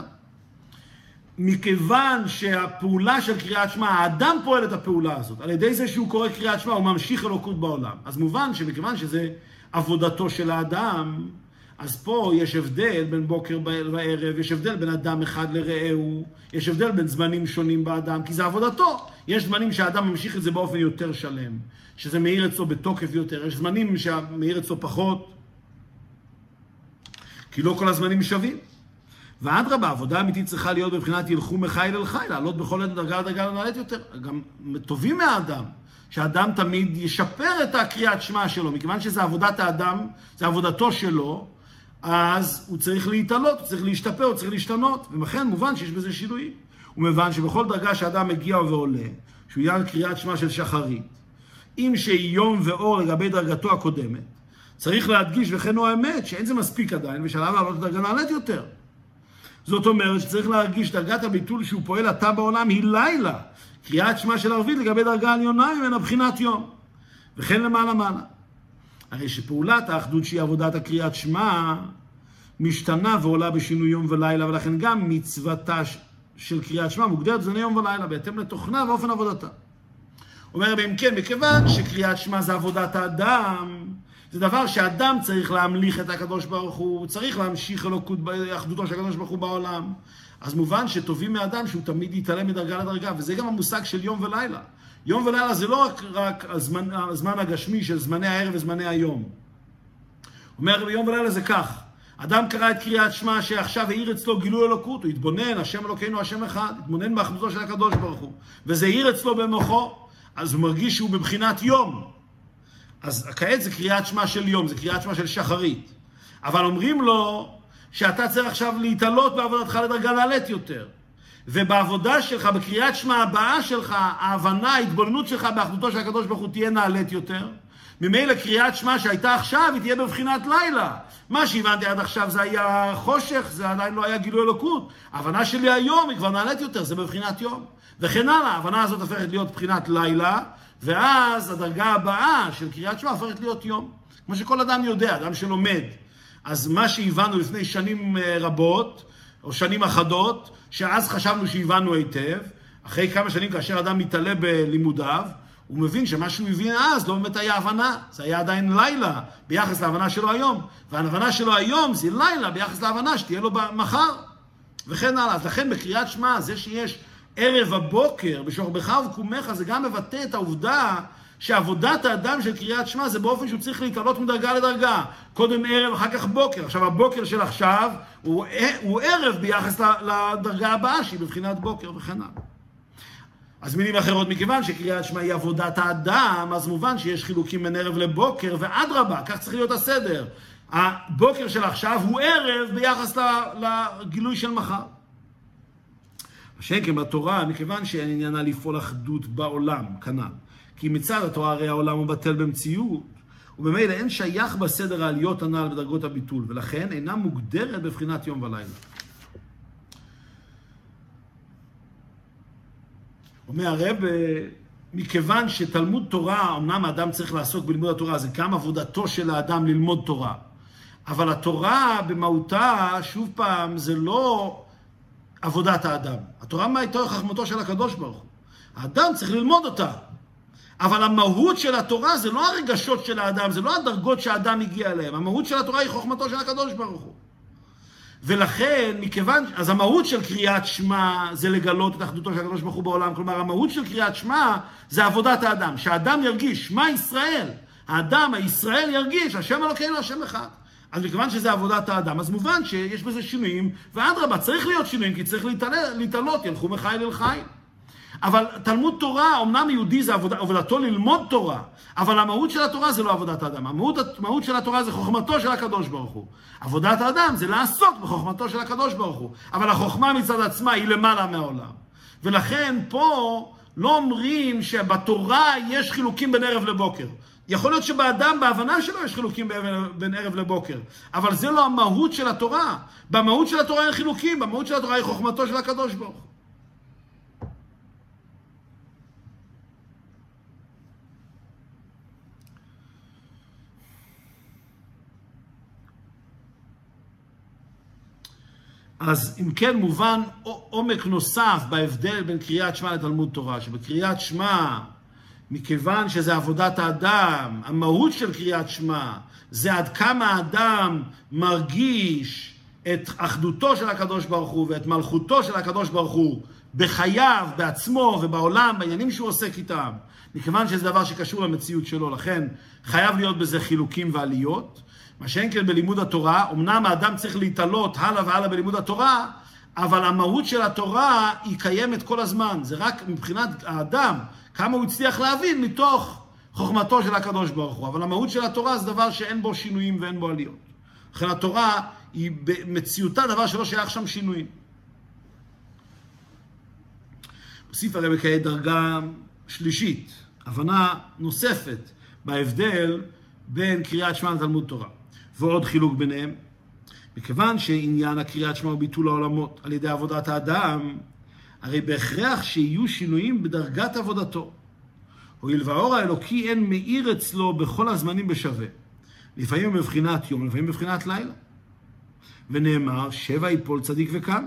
מכיוון שהפעולה של קריאת שמע, האדם פועל את הפעולה הזאת, על ידי זה שהוא קורא קריאת שמע, הוא ממשיך אלוקות בעולם. אז מובן שמכיוון שזה עבודתו של האדם, אז פה יש הבדל בין בוקר וערב, יש הבדל בין אדם אחד לרעהו, יש הבדל בין זמנים שונים באדם, כי זה עבודתו. יש זמנים שהאדם ממשיך את זה באופן יותר שלם, שזה מאיר אצלו בתוקף יותר, יש זמנים שמאיר אצלו פחות, כי לא כל הזמנים שווים. ואדרבה, העבודה האמיתית צריכה להיות בבחינת ילכו מחיל אל חיל, לעלות בכל דרגה לדרגה לנעלת יותר. גם טובים מהאדם, שהאדם תמיד ישפר את הקריאת שמע שלו, מכיוון שזה עבודת האדם, זה עבודתו שלו, אז הוא צריך להתעלות, הוא צריך להשתפר, הוא צריך להשתנות, ולכן מובן שיש בזה שינויים. הוא מובן שבכל דרגה שאדם מגיע ועולה, שהוא יהיה על קריאת שמע של שחרית, אם שהיא יום ואור לגבי דרגתו הקודמת, צריך להדגיש וכן הוא האמת, שאין זה מספיק עדיין, ושעליו לעלות לדרגה נעלית יותר. זאת אומרת שצריך להרגיש דרגת הביטול שהוא פועל עתה בעולם היא לילה, קריאת שמע של ערבית לגבי דרגה עליונה ממנה בחינת יום, וכן למעלה מעלה. הרי שפעולת האחדות שהיא עבודת הקריאת שמע משתנה ועולה בשינוי יום ולילה, ולכן גם מצוותה של קריאת שמע מוגדרת זמני יום ולילה בהתאם לתוכנה ואופן עבודתה. אומר אם כן, מכיוון שקריאת שמע זה עבודת האדם, זה דבר שאדם צריך להמליך את הקדוש ברוך הוא, צריך להמשיך אלוקות באחדותו של הקדוש ברוך הוא בעולם. אז מובן שטובים מאדם שהוא תמיד יתעלם מדרגה לדרגה, וזה גם המושג של יום ולילה. יום ולילה זה לא רק, רק הזמן, הזמן הגשמי של זמני הערב וזמני היום. אומר ביום ולילה זה כך, אדם קרא את קריאת שמע שעכשיו העיר אצלו גילוי אלוקות, הוא התבונן, השם אלוקינו השם אחד, התבונן באחדותו של הקדוש ברוך הוא, וזה העיר אצלו במוחו, אז הוא מרגיש שהוא בבחינת יום. אז כעת זה קריאת שמע של יום, זה קריאת שמע של שחרית. אבל אומרים לו שאתה צריך עכשיו להתעלות בעבודתך לדרגה נעלית יותר. ובעבודה שלך, בקריאת שמע הבאה שלך, ההבנה, ההתבוננות שלך באחדותו של הקדוש ברוך הוא תהיה נעלית יותר. ממילא קריאת שמע שהייתה עכשיו, היא תהיה בבחינת לילה. מה שהבנתי עד עכשיו זה היה חושך, זה עדיין לא היה גילוי אלוקות. ההבנה שלי היום היא כבר נעלית יותר, זה בבחינת יום. וכן הלאה, ההבנה הזאת הופכת להיות בחינת לילה, ואז הדרגה הבאה של קריאת שמע הופכת להיות יום. כמו שכל אדם יודע, אדם שלומד. אז מה שהבנו לפני שנים רבות, או שנים אחדות, שאז חשבנו שהבנו היטב, אחרי כמה שנים כאשר אדם מתעלה בלימודיו, הוא מבין שמה שהוא הבין אז לא באמת היה הבנה, זה היה עדיין לילה ביחס להבנה שלו היום, וההבנה שלו היום זה לילה ביחס להבנה שתהיה לו מחר, וכן הלאה. אז לכן בקריאת שמע, זה שיש ערב הבוקר, בשוכבך ובקומך, זה גם מבטא את העובדה שעבודת האדם של קריאת שמע זה באופן שהוא צריך להתעלות מדרגה לדרגה. קודם ערב, אחר כך בוקר. עכשיו הבוקר של עכשיו הוא, הוא ערב ביחס לדרגה הבאה שהיא בבחינת בוקר וכן הלאה. אז מילים אחרות, מכיוון שקריאת שמע היא עבודת האדם, אז מובן שיש חילוקים בין ערב לבוקר, ואדרבה, כך צריך להיות הסדר. הבוקר של עכשיו הוא ערב ביחס לגילוי של מחר. השקם בתורה, מכיוון שאין עניינה לפעול אחדות בעולם, כנ"ל. כי מצד התורה הרי העולם הוא בטל במציאות, ובמילא אין שייך בסדר העליות הנ"ל בדרגות הביטול, ולכן אינה מוגדרת בבחינת יום ולילה. אומר הרב, מכיוון שתלמוד תורה, אמנם האדם צריך לעסוק בלימוד התורה, זה גם עבודתו של האדם ללמוד תורה, אבל התורה במהותה, שוב פעם, זה לא עבודת האדם. התורה מהייתה חכמתו של הקדוש ברוך הוא. האדם צריך ללמוד אותה. אבל המהות של התורה זה לא הרגשות של האדם, זה לא הדרגות שהאדם הגיע אליהם. המהות של התורה היא חוכמתו של הקדוש ברוך הוא. ולכן, מכיוון, אז המהות של קריאת שמע זה לגלות את אחדותו של הקדוש ברוך הוא בעולם. כלומר, המהות של קריאת שמע זה עבודת האדם. שהאדם ירגיש, שמע ישראל. האדם, הישראל ירגיש, השם אלוקינו, השם אחד. אז מכיוון שזה עבודת האדם, אז מובן שיש בזה שינויים, ואדרבה, צריך להיות שינויים, כי צריך להתעלות, ילכו מחיל אל חיל. אבל תלמוד תורה, אמנם יהודי זה עבוד, עבודתו ללמוד תורה, אבל המהות של התורה זה לא עבודת האדם. המהות, המהות של התורה זה חוכמתו של הקדוש ברוך הוא. עבודת האדם זה לעסוק בחוכמתו של הקדוש ברוך הוא. אבל החוכמה מצד עצמה היא למעלה מהעולם. ולכן פה לא אומרים שבתורה יש חילוקים בין ערב לבוקר. יכול להיות שבאדם, בהבנה שלו, יש חילוקים בין ערב לבוקר. אבל זה לא המהות של התורה. במהות של התורה אין חילוקים, במהות של התורה היא חוכמתו של הקדוש ברוך הוא. אז אם כן מובן עומק נוסף בהבדל בין קריאת שמע לתלמוד תורה, שבקריאת שמע, מכיוון שזה עבודת האדם, המהות של קריאת שמע, זה עד כמה האדם מרגיש את אחדותו של הקדוש ברוך הוא ואת מלכותו של הקדוש ברוך הוא בחייו, בעצמו ובעולם, בעניינים שהוא עוסק איתם, מכיוון שזה דבר שקשור למציאות שלו, לכן חייב להיות בזה חילוקים ועליות. מה שאין כן בלימוד התורה, אמנם האדם צריך להתעלות הלאה והלאה בלימוד התורה, אבל המהות של התורה היא קיימת כל הזמן. זה רק מבחינת האדם, כמה הוא הצליח להבין מתוך חוכמתו של הקדוש ברוך הוא. אבל המהות של התורה זה דבר שאין בו שינויים ואין בו עליות. לכן התורה היא במציאותה דבר שלא שייך שם שינויים. מוסיף הרב כעת דרגה שלישית, הבנה נוספת בהבדל בין קריאת שמע לתלמוד תורה. ועוד חילוק ביניהם, מכיוון שעניין הקריאת שמע הוא ביטול העולמות על ידי עבודת האדם, הרי בהכרח שיהיו שינויים בדרגת עבודתו. הואיל והאור האלוקי אין מאיר אצלו בכל הזמנים בשווה. לפעמים בבחינת יום, לפעמים בבחינת לילה. ונאמר, שבע יפול צדיק וקם.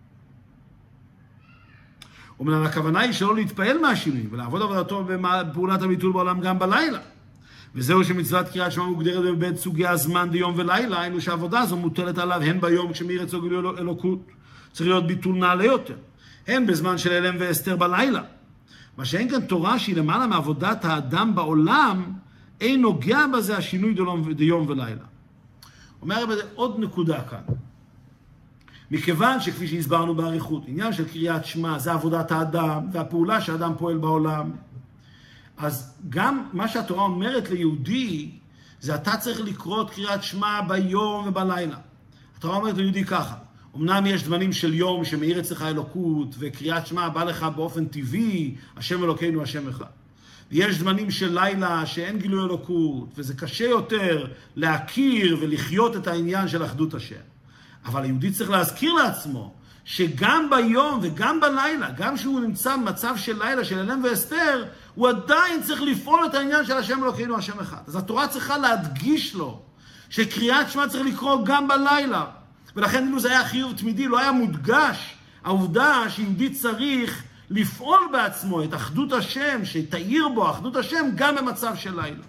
אומנם הכוונה היא שלא להתפעל מהשינויים, ולעבוד עבודתו בפעולת הביטול בעולם גם בלילה. וזהו שמצוות קריאת שמע מוגדרת בבית סוגי הזמן ביום ולילה, היינו שהעבודה הזו מוטלת עליו הן ביום כשמאיר אצלו גילוי אלוקות, צריך להיות ביטול נעלה יותר, הן בזמן של אלם ואסתר בלילה. מה שאין כאן תורה שהיא למעלה מעבודת האדם בעולם, אין נוגע בזה השינוי דיום ולילה. אומר בזה עוד נקודה כאן. מכיוון שכפי שהסברנו בעריכות, עניין של קריאת שמע זה עבודת האדם והפעולה שהאדם פועל בעולם, אז גם מה שהתורה אומרת ליהודי, זה אתה צריך לקרוא את קריאת שמע ביום ובלילה. התורה אומרת ליהודי ככה, אמנם יש זמנים של יום שמאיר אצלך אלוקות, וקריאת שמע בא לך באופן טבעי, השם אלוקינו השם אחד. ויש זמנים של לילה שאין גילוי אלוקות, וזה קשה יותר להכיר ולחיות את העניין של אחדות השם. אבל היהודי צריך להזכיר לעצמו, שגם ביום וגם בלילה, גם שהוא נמצא במצב של לילה, של אלם ואסתר, הוא עדיין צריך לפעול את העניין של השם אלוקינו השם אחד. אז התורה צריכה להדגיש לו, שקריאת שמע צריך לקרוא גם בלילה. ולכן אילו זה היה חיוב תמידי, לא היה מודגש העובדה שיהודי צריך לפעול בעצמו את אחדות השם, שתאיר בו אחדות השם גם במצב של לילה.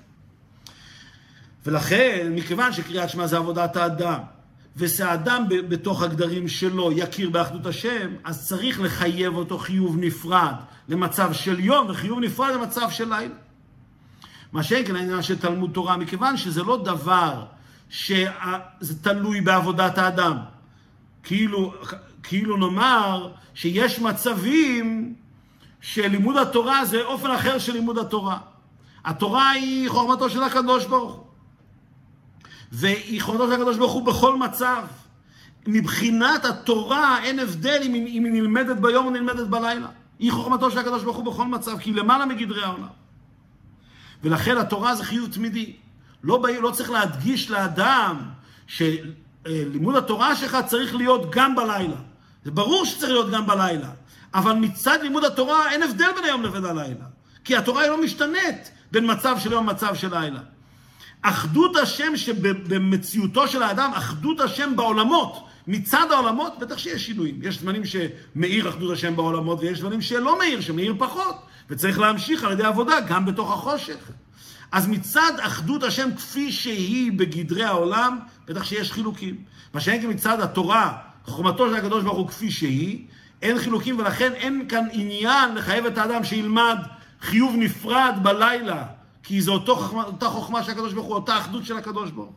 ולכן, מכיוון שקריאת שמע זה עבודת האדם, ושהאדם בתוך הגדרים שלו יכיר באחדות השם, אז צריך לחייב אותו חיוב נפרד למצב של יום, וחיוב נפרד למצב של לילה. מה שאין כן העניין של תלמוד תורה, מכיוון שזה לא דבר שזה תלוי בעבודת האדם. כאילו, כאילו נאמר שיש מצבים שלימוד התורה זה אופן אחר של לימוד התורה. התורה היא חוכמתו של הקדוש ברוך הוא. והיא חוכמתו של הקדוש ברוך הוא בכל מצב. מבחינת התורה אין הבדל אם היא נלמדת ביום או נלמדת בלילה. היא חוכמתו של הקדוש ברוך הוא בכל מצב, כי היא למעלה מגדרי העולם. ולכן התורה זה חיוב תמידי. לא, לא צריך להדגיש לאדם שלימוד התורה שלך צריך להיות גם בלילה. זה ברור שצריך להיות גם בלילה. אבל מצד לימוד התורה אין הבדל בין היום לבין הלילה. כי התורה היא לא משתנית בין מצב של יום ומצב של לילה. אחדות השם שבמציאותו של האדם, אחדות השם בעולמות, מצד העולמות, בטח שיש שינויים. יש זמנים שמאיר אחדות השם בעולמות, ויש זמנים שלא מאיר, שמאיר פחות, וצריך להמשיך על ידי עבודה גם בתוך החושך. אז מצד אחדות השם כפי שהיא בגדרי העולם, בטח שיש חילוקים. מה שאין כמצד התורה, חוכמתו של הקדוש ברוך הוא כפי שהיא, אין חילוקים, ולכן אין כאן עניין לחייב את האדם שילמד חיוב נפרד בלילה, כי זו אותו חוכמה, אותה חוכמה של הקדוש ברוך הוא, אותה אחדות של הקדוש ברוך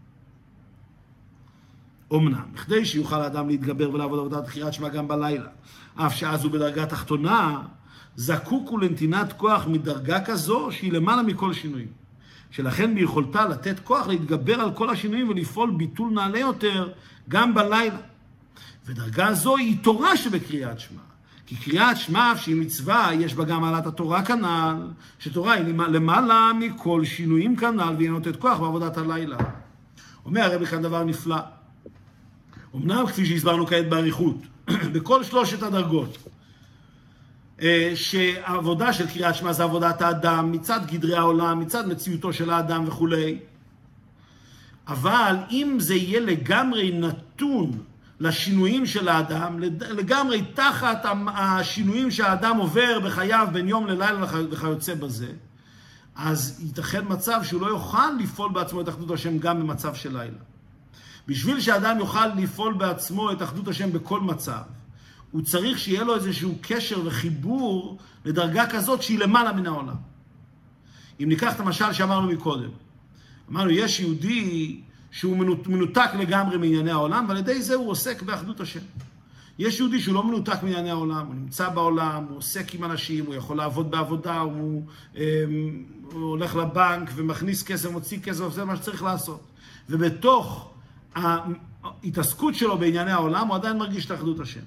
הוא. אמנם, בכדי שיוכל האדם להתגבר ולעבוד עבודת קריאת שמע גם בלילה, אף שאז הוא בדרגה תחתונה, זקוק הוא לנתינת כוח מדרגה כזו שהיא למעלה מכל שינויים. שלכן ביכולתה לתת כוח להתגבר על כל השינויים ולפעול ביטול נעלה יותר גם בלילה. ודרגה זו היא תורה שבקריאת שמע. כי קריאת שמע, שהיא מצווה, יש בה גם מעלת התורה כנ"ל, שתורה היא למעלה מכל שינויים כנ"ל, והיא נותנת כוח בעבודת הלילה. אומר הרבי כאן דבר נפלא. אמנם, כפי שהסברנו כעת בעריכות, בכל שלושת הדרגות, שהעבודה של קריאת שמע זה עבודת האדם, מצד גדרי העולם, מצד מציאותו של האדם וכו'. אבל אם זה יהיה לגמרי נתון לשינויים של האדם, לגמרי תחת השינויים שהאדם עובר בחייו בין יום ללילה וכיוצא בזה, אז ייתכן מצב שהוא לא יוכל לפעול בעצמו את אחדות השם גם במצב של לילה. בשביל שאדם יוכל לפעול בעצמו את אחדות השם בכל מצב, הוא צריך שיהיה לו איזשהו קשר וחיבור לדרגה כזאת שהיא למעלה מן העולם. אם ניקח את המשל שאמרנו מקודם, אמרנו, יש יהודי שהוא מנותק לגמרי מענייני העולם, ועל ידי זה הוא עוסק באחדות השם. יש יהודי שהוא לא מנותק מענייני העולם, הוא נמצא בעולם, הוא עוסק עם אנשים, הוא יכול לעבוד בעבודה, הוא, הוא הולך לבנק ומכניס כסף, מוציא כסף, זה מה שצריך לעשות. ובתוך ההתעסקות שלו בענייני העולם, הוא עדיין מרגיש את אחדות השם.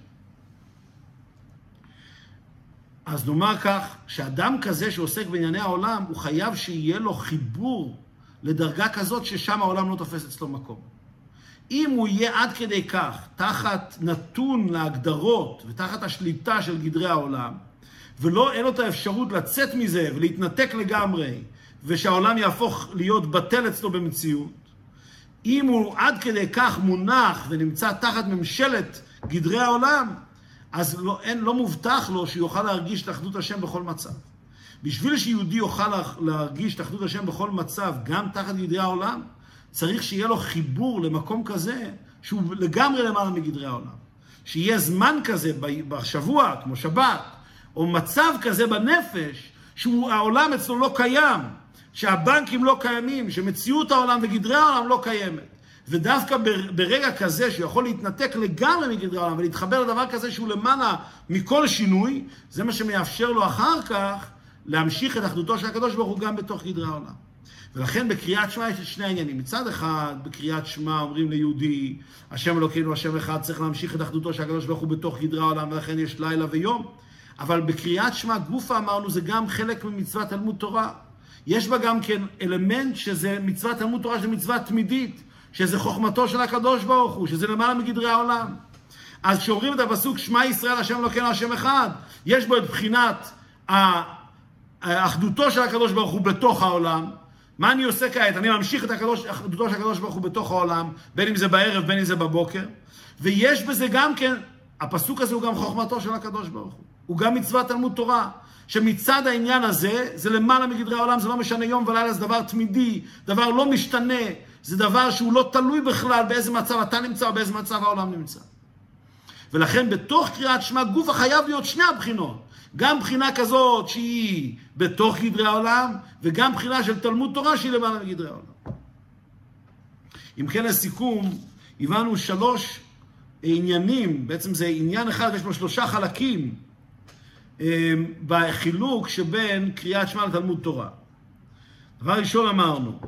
אז נאמר כך, שאדם כזה שעוסק בענייני העולם, הוא חייב שיהיה לו חיבור לדרגה כזאת ששם העולם לא תופס אצלו מקום. אם הוא יהיה עד כדי כך, תחת נתון להגדרות ותחת השליטה של גדרי העולם, ולא אין לו את האפשרות לצאת מזה ולהתנתק לגמרי, ושהעולם יהפוך להיות בטל אצלו במציאות, אם הוא עד כדי כך מונח ונמצא תחת ממשלת גדרי העולם, אז לא, אין, לא מובטח לו שיוכל להרגיש את אחדות השם בכל מצב. בשביל שיהודי יוכל להרגיש את אחדות השם בכל מצב, גם תחת גדרי העולם, צריך שיהיה לו חיבור למקום כזה, שהוא לגמרי למעלה מגדרי העולם. שיהיה זמן כזה בשבוע, כמו שבת, או מצב כזה בנפש, שהעולם אצלו לא קיים, שהבנקים לא קיימים, שמציאות העולם וגדרי העולם לא קיימת. ודווקא ברגע כזה שהוא יכול להתנתק לגמרי מגדרי העולם ולהתחבר לדבר כזה שהוא למעלה מכל שינוי, זה מה שמאפשר לו אחר כך להמשיך את אחדותו של הקדוש ברוך הוא גם בתוך גדרי העולם. ולכן בקריאת שמע יש שני עניינים. מצד אחד, בקריאת שמע אומרים ליהודי, השם אלוקינו, השם אחד, צריך להמשיך את אחדותו של הקדוש ברוך הוא בתוך גדרי העולם, ולכן יש לילה ויום. אבל בקריאת שמע, גופה אמרנו, זה גם חלק ממצוות תלמוד תורה. יש בה גם כן אלמנט שזה מצוות תלמוד תורה, שזה מצווה תמידית, שזה חוכמתו של הקדוש ברוך הוא, שזה למעלה מגדרי העולם. אז כשאומרים את הפסוק, שמע ישראל, השם אלוקינו, השם אחד, יש בו את בחינת האחדותו של הקדוש ברוך הוא בתוך העולם. מה אני עושה כעת? אני ממשיך את הקדוש, אחדותו של הקדוש ברוך הוא בתוך העולם, בין אם זה בערב, בין אם זה בבוקר. ויש בזה גם כן, הפסוק הזה הוא גם חוכמתו של הקדוש ברוך הוא. הוא גם מצוות תלמוד תורה, שמצד העניין הזה, זה למעלה מגדרי העולם, זה לא משנה יום ולילה, זה דבר תמידי, דבר לא משתנה, זה דבר שהוא לא תלוי בכלל באיזה מצב אתה נמצא או באיזה מצב העולם נמצא. ולכן בתוך קריאת שמע גוף חייב להיות שני הבחינות. גם בחינה כזאת שהיא בתוך גדרי העולם, וגם בחינה של תלמוד תורה שהיא למעלה מגדרי העולם. אם כן, לסיכום, הבנו שלוש עניינים, בעצם זה עניין אחד, ויש בו שלושה חלקים, בחילוק שבין קריאת שמע לתלמוד תורה. דבר ראשון אמרנו,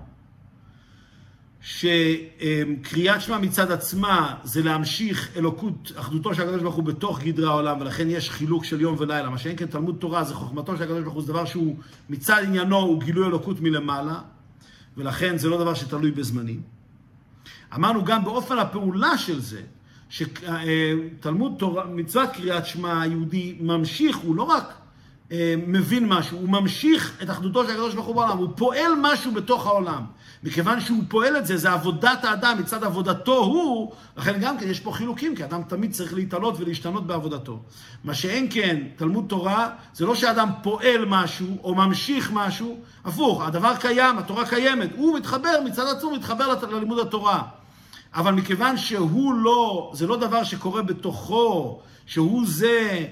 שקריאת שמע מצד עצמה זה להמשיך אלוקות, אחדותו של הקדוש ברוך הוא בתוך גדרי העולם, ולכן יש חילוק של יום ולילה. מה שאין כן תלמוד תורה זה חוכמתו של הקדוש ברוך הוא, זה דבר שהוא מצד עניינו הוא גילוי אלוקות מלמעלה, ולכן זה לא דבר שתלוי בזמנים. אמרנו גם באופן הפעולה של זה, שתלמוד תורה, מצוות קריאת שמע היהודי ממשיך, הוא לא רק מבין משהו, הוא ממשיך את אחדותו של הקדוש ברוך הוא בעולם, הוא פועל משהו בתוך העולם. מכיוון שהוא פועל את זה, זה עבודת האדם, מצד עבודתו הוא, לכן גם כן יש פה חילוקים, כי אדם תמיד צריך להתעלות ולהשתנות בעבודתו. מה שאין כן, תלמוד תורה, זה לא שאדם פועל משהו, או ממשיך משהו, הפוך, הדבר קיים, התורה קיימת, הוא מתחבר, מצד עצמו מתחבר ללימוד התורה. אבל מכיוון שהוא לא, זה לא דבר שקורה בתוכו, שהוא זה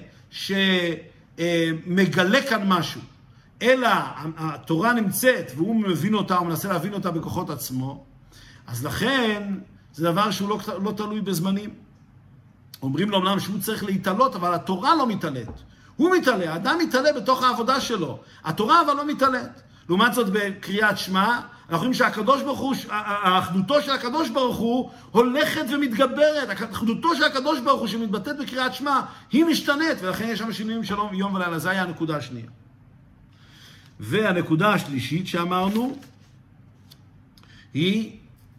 שמגלה כאן משהו, אלא התורה נמצאת והוא מבין אותה, הוא מנסה להבין אותה בכוחות עצמו, אז לכן זה דבר שהוא לא, לא תלוי בזמנים. אומרים לו אמנם שהוא צריך להתעלות, אבל התורה לא מתעלת. הוא מתעלה, האדם מתעלה בתוך העבודה שלו. התורה אבל לא מתעלת. לעומת זאת בקריאת שמע, אנחנו רואים שהקדוש ברוך הוא, האחדותו של הקדוש ברוך הוא הולכת ומתגברת. האחדותו של הקדוש ברוך הוא שמתבטאת בקריאת שמע, היא משתנית, ולכן יש שם שינויים של יום ולילה. זה היה הנקודה השנייה. והנקודה השלישית שאמרנו, היא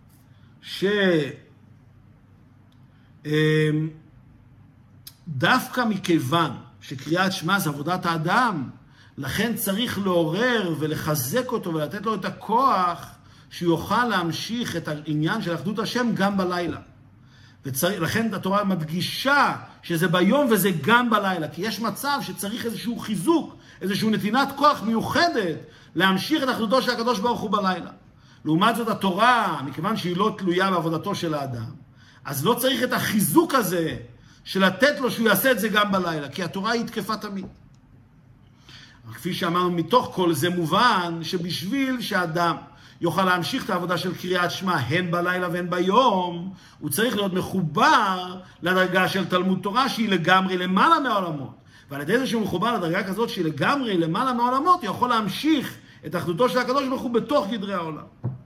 שדווקא מכיוון שקריאת שמע זה עבודת האדם, לכן צריך לעורר ולחזק אותו ולתת לו את הכוח שיוכל להמשיך את העניין של אחדות השם גם בלילה. ולכן התורה מדגישה שזה ביום וזה גם בלילה, כי יש מצב שצריך איזשהו חיזוק, איזשהו נתינת כוח מיוחדת להמשיך את אחדותו של הקדוש ברוך הוא בלילה. לעומת זאת התורה, מכיוון שהיא לא תלויה בעבודתו של האדם, אז לא צריך את החיזוק הזה של לתת לו שהוא יעשה את זה גם בלילה, כי התורה היא תקפה תמיד. כפי שאמרנו, מתוך כל זה מובן שבשביל שאדם יוכל להמשיך את העבודה של קריאת שמע הן בלילה והן ביום, הוא צריך להיות מחובר לדרגה של תלמוד תורה שהיא לגמרי למעלה מהעולמות. ועל ידי זה שהוא מחובר לדרגה כזאת שהיא לגמרי למעלה מהעולמות, הוא יכול להמשיך את אחדותו של הקדוש ברוך הוא בתוך גדרי העולם.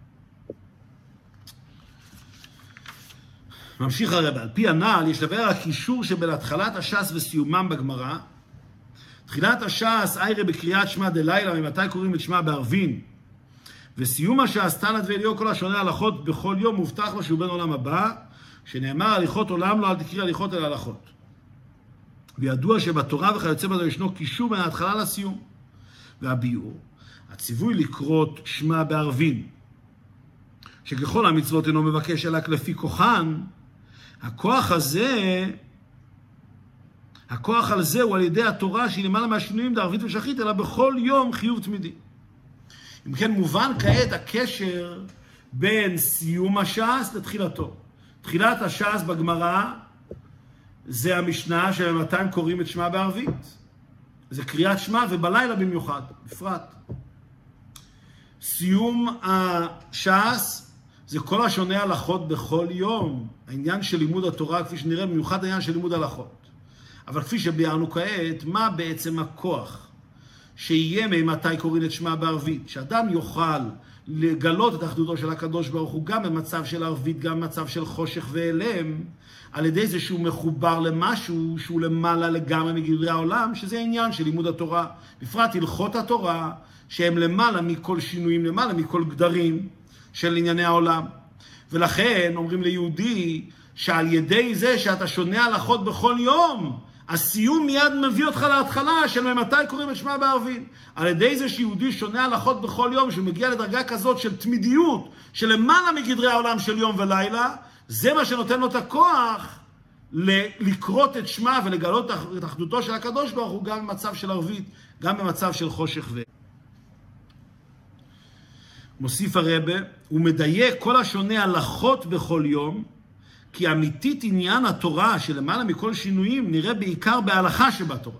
ממשיך הרב, על פי הנ"ל יש לבאר הקישור שבין התחלת הש"ס וסיומם בגמרא. תחילת הש"ס איירה בקריאת שמע דלילה, ממתי קוראים את שמע בערבין, וסיום הש"ס תנת ואליהו כל השונה הלכות בכל יום מובטח לו שהוא בן עולם הבא, שנאמר הליכות עולם לא אל תקריא הליכות אלא הלכות. וידוע שבתורה וכיוצא בזה ישנו קישור בין ההתחלה לסיום. והביאור, הציווי לקרות שמע בערבין, שככל המצוות אינו מבקש אלא לפי כוחן, הכוח הזה, הכוח על זה הוא על ידי התורה שהיא למעלה מהשינויים דערבית ושחית, אלא בכל יום חיוב תמידי. אם כן מובן כעת הקשר בין סיום הש"ס לתחילתו. תחילת הש"ס בגמרא זה המשנה שמתי קוראים את שמע בערבית. זה קריאת שמע ובלילה במיוחד, בפרט. סיום הש"ס זה כל השונה הלכות בכל יום. העניין של לימוד התורה, כפי שנראה, במיוחד העניין של לימוד הלכות. אבל כפי שביארנו כעת, מה בעצם הכוח שיהיה ממתי קוראים את שמע בערבית? שאדם יוכל לגלות את אחדותו של הקדוש ברוך הוא גם במצב של ערבית, גם במצב של חושך ואלם, על ידי זה שהוא מחובר למשהו שהוא למעלה לגמרי מגדרי העולם, שזה העניין של לימוד התורה. בפרט הלכות התורה, שהם למעלה מכל שינויים, למעלה מכל גדרים של ענייני העולם. ולכן אומרים ליהודי שעל ידי זה שאתה שונה הלכות בכל יום, הסיום מיד מביא אותך להתחלה של ממתי קוראים את שמע בערבית. על ידי זה שיהודי שונה הלכות בכל יום, שהוא מגיע לדרגה כזאת של תמידיות, של למעלה מגדרי העולם של יום ולילה, זה מה שנותן לו את הכוח לקרות את שמע ולגלות את אחדותו של הקדוש ברוך הוא גם במצב של ערבית, גם במצב של חושך ו... מוסיף הרבה, הוא מדייק כל השונה הלכות בכל יום, כי אמיתית עניין התורה שלמעלה מכל שינויים נראה בעיקר בהלכה שבתורה.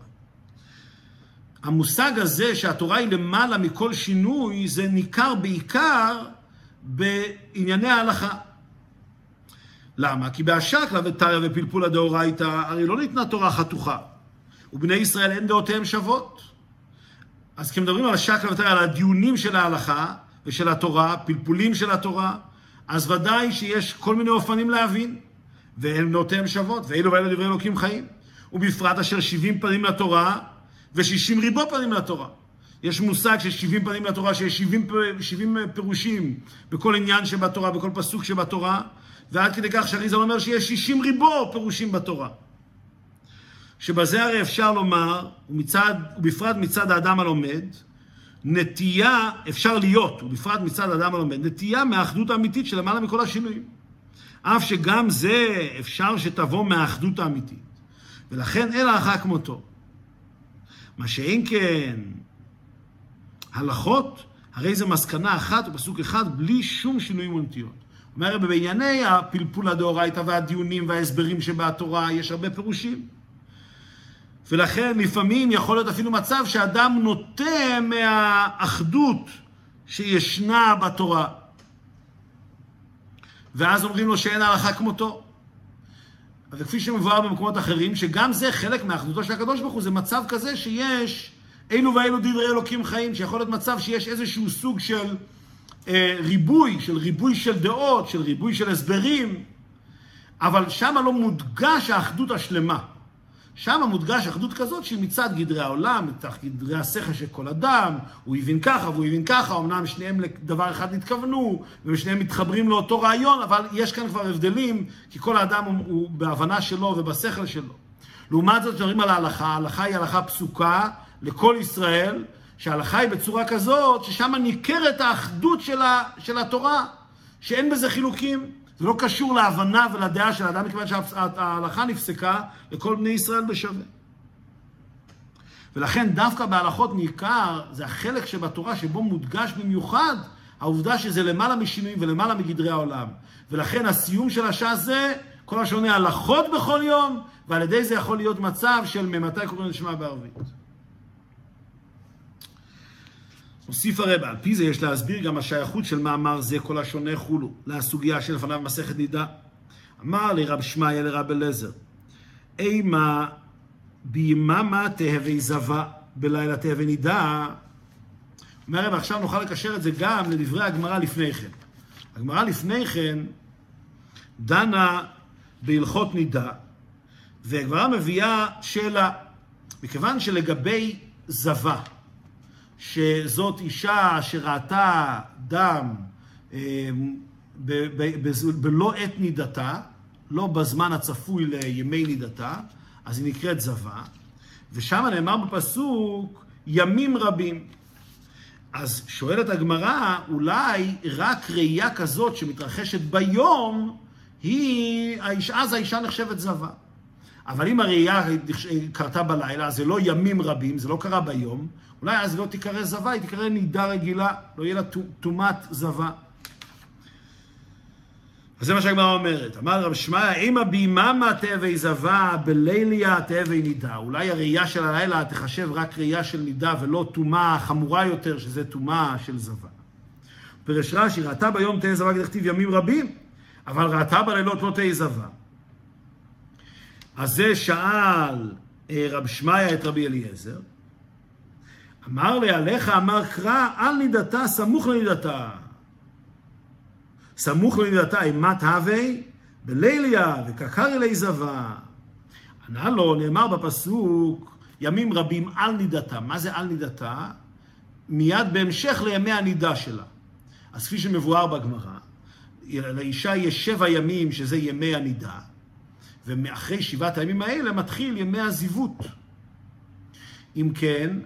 המושג הזה שהתורה היא למעלה מכל שינוי, זה ניכר בעיקר בענייני ההלכה. למה? כי בהשקלא וטריא ופלפולא דאורייתא הרי לא ניתנה תורה חתוכה, ובני ישראל אין דעותיהם שוות. אז כשמדברים על השקלא וטריא, על הדיונים של ההלכה ושל התורה, פלפולים של התורה, אז ודאי שיש כל מיני אופנים להבין, ואין דעותיהם שוות, ואלו ואלה דברי אלוקים חיים. ובפרט אשר שבעים פנים לתורה, ושישים ריבו פנים לתורה. יש מושג של שבעים פנים לתורה, שיש שבעים, שבעים פירושים בכל עניין שבתורה, בכל פסוק שבתורה, ועד כדי כך שהאריז"ל אומר שיש שישים ריבו פירושים בתורה. שבזה הרי אפשר לומר, ומצד, ובפרט מצד האדם הלומד, נטייה, אפשר להיות, ובפרט מצד האדם הלומד, נטייה מהאחדות האמיתית של למעלה מכל השינויים. אף שגם זה אפשר שתבוא מהאחדות האמיתית. ולכן אין הלכה כמותו. מה שאין כן הלכות, הרי זה מסקנה אחת ופסוק אחד בלי שום שינויים ונטיות. אומר, בענייני הפלפול הדאורייתא והדיונים וההסברים שבתורה יש הרבה פירושים. ולכן לפעמים יכול להיות אפילו מצב שאדם נוטה מהאחדות שישנה בתורה. ואז אומרים לו שאין הלכה כמותו. וכפי שמבואר במקומות אחרים, שגם זה חלק מאחדותו של הקדוש ברוך הוא, זה מצב כזה שיש אילו ואילו דברי אלוקים חיים, שיכול להיות מצב שיש איזשהו סוג של אה, ריבוי, של ריבוי של דעות, של ריבוי של הסברים, אבל שם לא מודגש האחדות השלמה. שם מודגש אחדות כזאת שהיא מצד גדרי העולם, מצד גדרי השכל של כל אדם, הוא הבין ככה והוא הבין ככה, אמנם שניהם לדבר אחד התכוונו, ושניהם מתחברים לאותו רעיון, אבל יש כאן כבר הבדלים, כי כל האדם הוא, הוא בהבנה שלו ובשכל שלו. לעומת זאת, מדברים על ההלכה, ההלכה היא הלכה פסוקה לכל ישראל, שההלכה היא בצורה כזאת, ששם ניכרת האחדות של, ה, של התורה, שאין בזה חילוקים. זה לא קשור להבנה ולדעה של האדם, מכיוון שההלכה נפסקה לכל בני ישראל בשווה. ולכן דווקא בהלכות ניכר, זה החלק שבתורה שבו מודגש במיוחד, העובדה שזה למעלה משינויים ולמעלה מגדרי העולם. ולכן הסיום של השעה זה, כל השונה הלכות בכל יום, ועל ידי זה יכול להיות מצב של ממתי קוראים לשמה בערבית. מוסיף הרבה, על פי זה יש להסביר גם השייכות של מאמר זה כל השונה חולו, לסוגיה של לפניו מסכת נידה. אמר לי רב שמעיה לרב אליעזר, אימה ביממה תהווה זבה, בלילה תהווה נידה. אומר רב, עכשיו נוכל לקשר את זה גם לדברי הגמרא לפני כן. הגמרא לפני כן דנה בהלכות נידה, והגמרא מביאה שאלה, מכיוון שלגבי זבה, שזאת אישה שראתה דם בלא עת נידתה, לא בזמן הצפוי לימי נידתה, אז היא נקראת זבה, ושם נאמר בפסוק ימים רבים. אז שואלת הגמרא, אולי רק ראייה כזאת שמתרחשת ביום, היא, אז האישה נחשבת זבה. אבל אם הראייה קרתה בלילה, זה לא ימים רבים, זה לא קרה ביום, אולי אז לא תיקרא זבה, היא תיקרא נידה רגילה, לא יהיה לה תומת זבה. אז זה מה שהגמרא אומרת. אמר רב שמעיה, אימה ביממה תהווה זבה, בליליה תהווה נידה. אולי הראייה של הלילה תחשב רק ראייה של נידה, ולא תומה חמורה יותר, שזה תומה של זבה. פירש רש"י, ראתה ביום תהא זבה כדכתיב ימים רבים, אבל ראתה בלילות לא תהא זבה. אז זה שאל רב שמעיה את רבי אליעזר, אמר לי עליך, אמר קרא, על נידתה, סמוך לנידתה. סמוך לנידתה, אימת הווה, בליליה, וקקר אלי זבה. ענה לו, נאמר בפסוק, ימים רבים על נידתה. מה זה על נידתה? מיד בהמשך לימי הנידה שלה. אז כפי שמבואר בגמרא, לאישה יש שבע ימים שזה ימי הנידה, ומאחרי שבעת הימים האלה מתחיל ימי הזיוות. אם כן,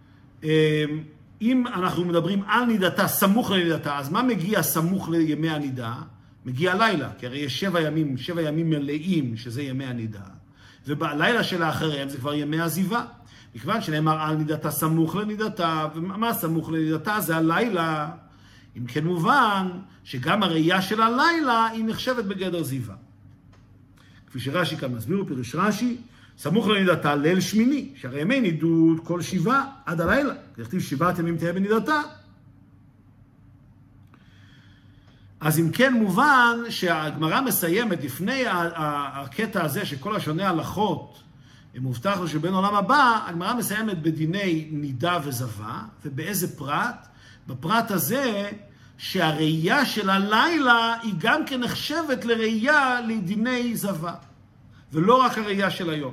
אם אנחנו מדברים על נידתה, סמוך לנידתה, אז מה מגיע סמוך לימי הנידה? מגיע לילה, כי הרי יש שבע ימים, שבע ימים מלאים, שזה ימי הנידה, ובלילה שלאחריהם זה כבר ימי הזיבה. מכיוון שנאמר על נידתה, סמוך לנידתה, ומה סמוך לנידתה? זה הלילה. אם כן מובן שגם הראייה של הלילה היא נחשבת בגדר זיבה. כפי שרש"י כאן מסביר, פירוש רש"י, סמוך לנידתה ליל שמיני, שהרי ימי נידות כל שבעה עד הלילה. כתוב שבעת ימים תהיה בנידתה. אז אם כן מובן שהגמרא מסיימת לפני הקטע הזה שכל השונה הלכות מובטח לו שבין עולם הבא, הגמרא מסיימת בדיני נידה וזבה, ובאיזה פרט? בפרט הזה שהראייה של הלילה היא גם כן נחשבת לראייה לדיני זבה, ולא רק הראייה של היום.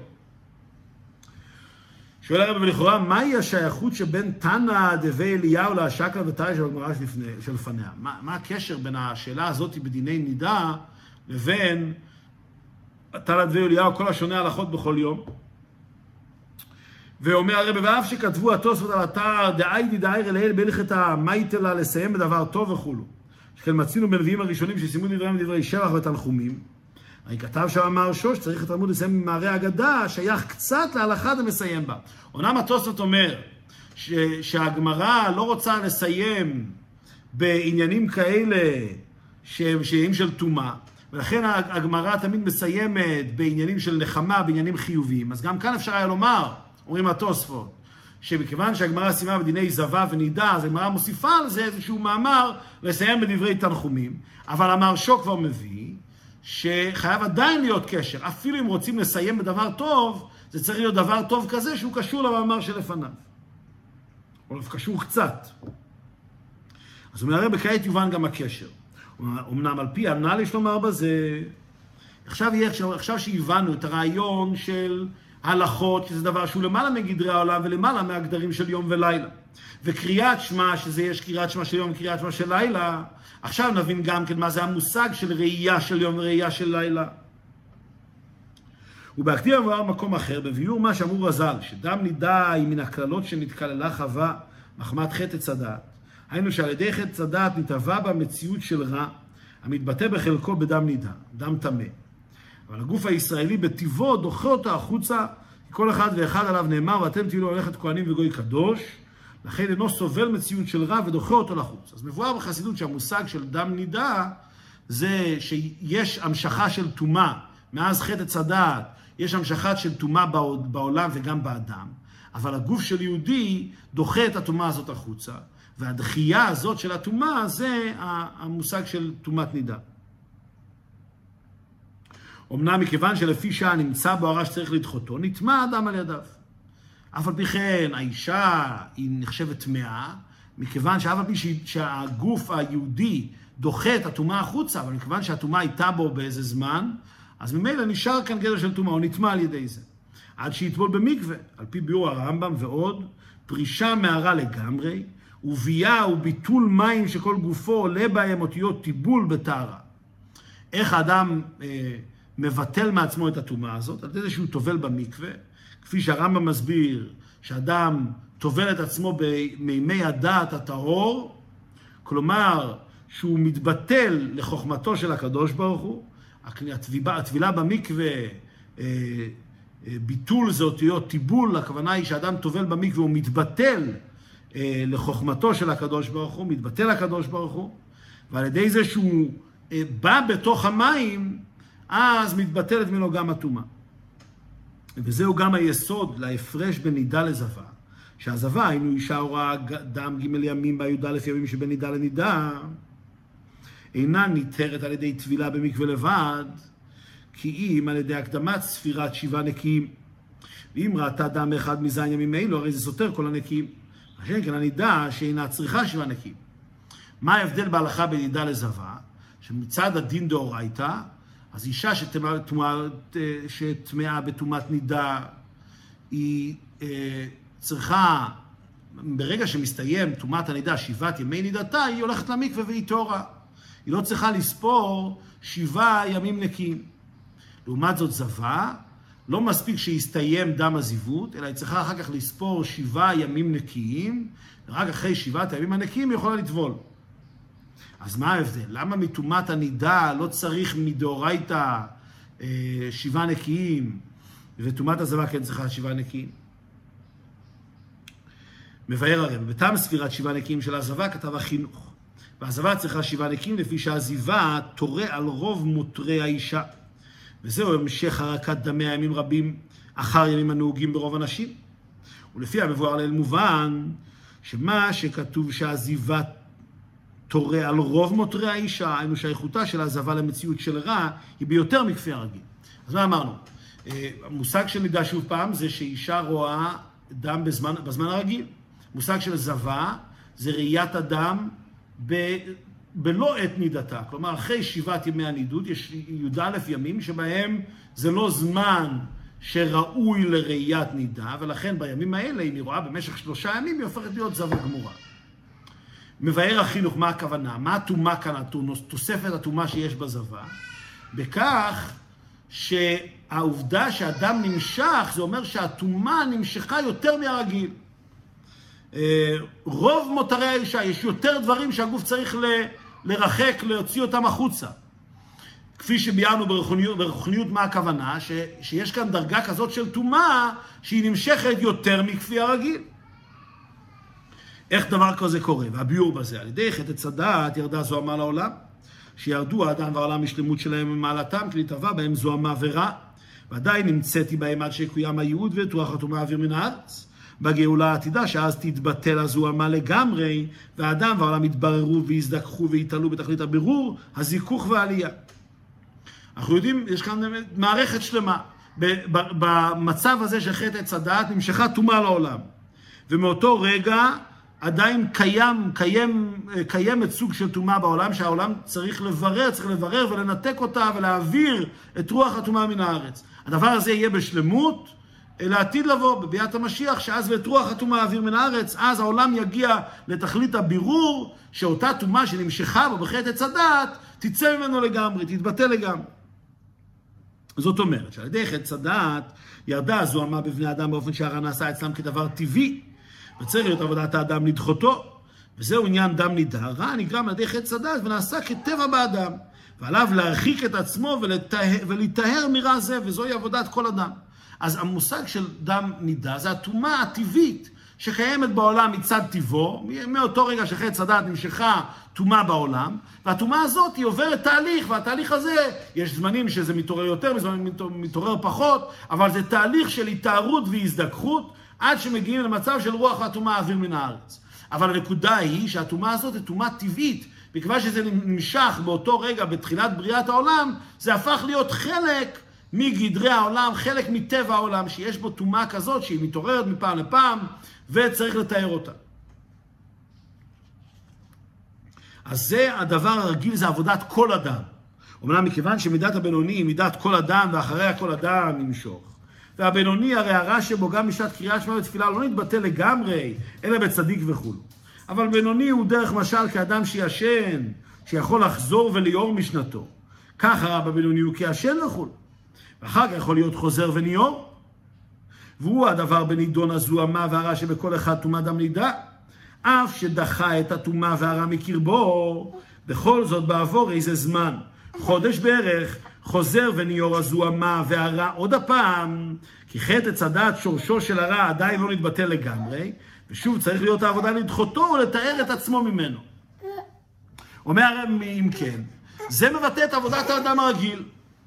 שואל הרב ולכאורה, מהי השייכות שבין תנא דבי אליהו להשקלא וטריא של הגמרא שלפניה? מה, מה הקשר בין השאלה הזאת בדיני נידה לבין תנא דבי אליהו, כל השונה הלכות בכל יום? ואומר הרב, ואף שכתבו התוספות על אתר דאיידי דאייר אליהם בהלכתה מייטלה לסיים בדבר טוב וכולו. שכן מצינו בנביאים הראשונים שסיימו דבריהם דברי שבח ותנחומים. אני כתב שם אמר שוש, צריך את תלמוד לסיים ממערי אגדה, שייך קצת להלכה דמסיים בה. אומנם התוספות אומר ש- שהגמרא לא רוצה לסיים בעניינים כאלה שהם שהם של טומאה, ולכן הגמרא תמיד מסיימת בעניינים של נחמה, בעניינים חיוביים. אז גם כאן אפשר היה לומר, אומרים התוספות, שמכיוון שהגמרא סיימה בדיני זווה ונידה, אז הגמרא מוסיפה על זה איזשהו מאמר לסיים בדברי תנחומים, אבל המהרש"א כבר מביא שחייב עדיין להיות קשר, אפילו אם רוצים לסיים בדבר טוב, זה צריך להיות דבר טוב כזה שהוא קשור למאמר שלפניו, או קשור קצת. אז הוא אומר, בכעת יובן גם הקשר. אמנם על פי הנ"ל יש לומר בזה, עכשיו, יהיה, עכשיו שהבנו את הרעיון של הלכות, שזה דבר שהוא למעלה מגדרי העולם ולמעלה מהגדרים של יום ולילה. וקריאת שמע, שזה יש קריאת שמע של יום וקריאת שמע של לילה, עכשיו נבין גם כן מה זה המושג של ראייה של יום וראייה של לילה. ובהקדים מבואר מקום אחר, בביאור מה שאמרו רז"ל, שדם נידה היא מן הכללות שנתקללה חווה מחמת חטא עץ הדעת. היינו שעל ידי חטא עץ הדעת נתהווה במציאות של רע, המתבטא בחלקו בדם נידה, דם טמא. אבל הגוף הישראלי בטבעו דוחה אותה החוצה, כל אחד ואחד עליו נאמר, ואתם תהיו ללכת כהנים וגוי קדוש, לכן אינו סובל מציאות של רע ודוחה אותו לחוץ. אז מבואר בחסידות שהמושג של דם נידה, זה שיש המשכה של טומאה, מאז חטא עץ הדעת, יש המשכה של טומאה בעולם וגם באדם, אבל הגוף של יהודי דוחה את הטומאה הזאת החוצה, והדחייה הזאת של הטומאה זה המושג של טומאת נידה. אמנם מכיוון שלפי שעה נמצא בו הרע שצריך לדחותו, נטמא האדם על ידיו. אף על פי כן, האישה היא נחשבת טמאה, מכיוון שאף על פי שהגוף היהודי דוחה את הטומאה החוצה, אבל מכיוון שהטומאה הייתה בו באיזה זמן, אז ממילא נשאר כאן גדר של טומאה, הוא נטמא על ידי זה. עד שיטבול במקווה, על פי ביאור הרמב"ם ועוד, פרישה מהרע לגמרי, ובייה וביטול מים שכל גופו עולה בהם אותיות טיבול בטהרה. איך האדם אה, מבטל מעצמו את הטומאה הזאת? על ידי שהוא טובל במקווה, כפי שהרמב"ם מסביר, שאדם טובל את עצמו במימי הדעת הטהור, כלומר שהוא מתבטל לחוכמתו של הקדוש ברוך הוא, הטבילה במקווה, ביטול זה אותיות טיבול, הכוונה היא שאדם טובל במקווה, הוא מתבטל לחוכמתו של הקדוש ברוך הוא, מתבטל הקדוש ברוך הוא, ועל ידי זה שהוא בא בתוך המים, אז מתבטלת ממנו גם הטומאה. וזהו גם היסוד להפרש בין נידה לזווה, שהזווה, היינו אישה הוראה דם ג' ימים בה י"א ימים שבין נידה לנידה, אינה ניתרת על ידי טבילה במקווה לבד, כי אם על ידי הקדמת ספירת שבעה נקיים. ואם ראתה דם אחד מזין ימים אלו, הרי זה סותר כל הנקיים. לכן כן הנידה שאינה צריכה שבעה נקיים. מה ההבדל בהלכה בין נידה לזווה? שמצד הדין דאורייתא, אז אישה שטמאה בטומאת נידה, היא אה, צריכה, ברגע שמסתיים טומאת הנידה, שבעת ימי נידתה, היא הולכת למקווה והיא טהורה. היא לא צריכה לספור שבעה ימים נקיים. לעומת זאת זווה, לא מספיק שיסתיים דם הזיוות, אלא היא צריכה אחר כך לספור שבעה ימים נקיים, ורק אחרי שבעת הימים הנקיים היא יכולה לטבול. אז מה ההבדל? למה מטומאת הנידה לא צריך מדאורייתא אה, שבעה נקיים, וטומאת הזווה כן צריכה שבעה נקיים? מבאר הרב, בטעם ספירת שבעה נקיים של הזווה כתב החינוך. והזווה צריכה שבעה נקיים לפי שהזיווה תורה על רוב מותרי האישה. וזהו המשך הרקת דמי הימים רבים אחר ימים הנהוגים ברוב הנשים. ולפי המבואר לעיל מובן שמה שכתוב שהזיווה תורה על רוב מותרי האישה, היינו שהאיכותה של הזווה למציאות של רע היא ביותר מכפי הרגיל. אז מה אמרנו? המושג של נידה שוב פעם זה שאישה רואה דם בזמן, בזמן הרגיל. מושג של זווה זה ראיית הדם ב, בלא עת נידתה. כלומר, אחרי שבעת ימי הנידות יש י"א ימים שבהם זה לא זמן שראוי לראיית נידה, ולכן בימים האלה, אם היא רואה במשך שלושה ימים, היא הופכת להיות זווה גמורה. מבאר החינוך מה הכוונה, מה הטומאה כאן, תוספת הטומאה שיש בזווה, בכך שהעובדה שאדם נמשך, זה אומר שהטומאה נמשכה יותר מהרגיל. רוב מותרי האישה, יש יותר דברים שהגוף צריך לרחק, להוציא אותם החוצה. כפי שביארנו ברוחניות, ברוחניות מה הכוונה, ש, שיש כאן דרגה כזאת של טומאה, שהיא נמשכת יותר מכפי הרגיל. איך דבר כזה קורה? והביאור בזה, על ידי חטא עץ הדעת ירדה זוהמה לעולם, שירדו האדם והעולם משלמות שלהם ממעלתם, כי נתבע בהם זוהמה ורע, ועדיין נמצאתי בהם עד שיקוים הייעוד ואת רוח הטומאה האוויר מן הארץ. בגאולה העתידה, שאז תתבטל הזוהמה לגמרי, והאדם והעולם יתבררו ויזדכחו ויתעלו בתכלית הבירור, הזיכוך והעלייה. אנחנו יודעים, יש כאן מערכת שלמה. במצב הזה של חטא עץ הדעת נמשכה טומאה לעולם. ומאותו רגע עדיין קיים, קיים, קיימת סוג של טומאה בעולם, שהעולם צריך לברר, צריך לברר ולנתק אותה ולהעביר את רוח הטומאה מן הארץ. הדבר הזה יהיה בשלמות, לעתיד לבוא בביאת המשיח, שאז ואת רוח הטומאה האוויר מן הארץ, אז העולם יגיע לתכלית הבירור, שאותה טומאה שנמשכה בו בחטא עץ הדעת, תצא ממנו לגמרי, תתבטל לגמרי. זאת אומרת, שעל ידי חטא עץ הדעת ירדה הזוהמה בבני אדם באופן שהרע נעשה אצלם כדבר טבעי, וצריך להיות עבודת האדם לדחותו, וזהו עניין דם נידה. הרע נגרם על ידי חטא עץ הדעת ונעשה כטבע באדם, ועליו להרחיק את עצמו ולהיטהר מרע זה, וזוהי עבודת כל אדם. אז המושג של דם נידה זה הטומאה הטבעית שקיימת בעולם מצד טבעו, מאותו רגע שחטא עץ הדעת נמשכה טומאה בעולם, והטומאה הזאת היא עוברת תהליך, והתהליך הזה, יש זמנים שזה מתעורר יותר, זמנים מתעורר פחות, אבל זה תהליך של התארות והזדככות, עד שמגיעים למצב של רוח הטומאה האוויר מן הארץ. אבל הנקודה היא שהטומאה הזאת היא טומאה טבעית, מכיוון שזה נמשך באותו רגע בתחילת בריאת העולם, זה הפך להיות חלק מגדרי העולם, חלק מטבע העולם, שיש בו טומאה כזאת שהיא מתעוררת מפעם לפעם, וצריך לתאר אותה. אז זה הדבר הרגיל, זה עבודת כל אדם. אומנם מכיוון שמידת הבינוני היא מידת כל אדם, ואחריה כל אדם נמשוך. והבינוני הרי הרע שבו גם בשעת קריאת שמע ותפילה לא נתבטל לגמרי, אלא בצדיק וכו'. אבל בינוני הוא דרך משל כאדם שישן, שיכול לחזור וליאור משנתו. כך הרע בבינוני הוא כישן וכו'. ואחר כך יכול להיות חוזר וניאור. והוא הדבר בנידון הזוהמה והרע שבכל אחד טומאה דם נידה. אף שדחה את הטומאה והרע מקרבו, בכל זאת בעבור איזה זמן, חודש בערך, חוזר וניאור הזוהמה והרע עוד הפעם, כי חטא עץ הדעת שורשו של הרע עדיין לא נתבטל לגמרי, ושוב צריך להיות העבודה לדחותו ולתאר את עצמו ממנו. אומר הרב, אם כן, זה מבטא את עבודת האדם הרגיל.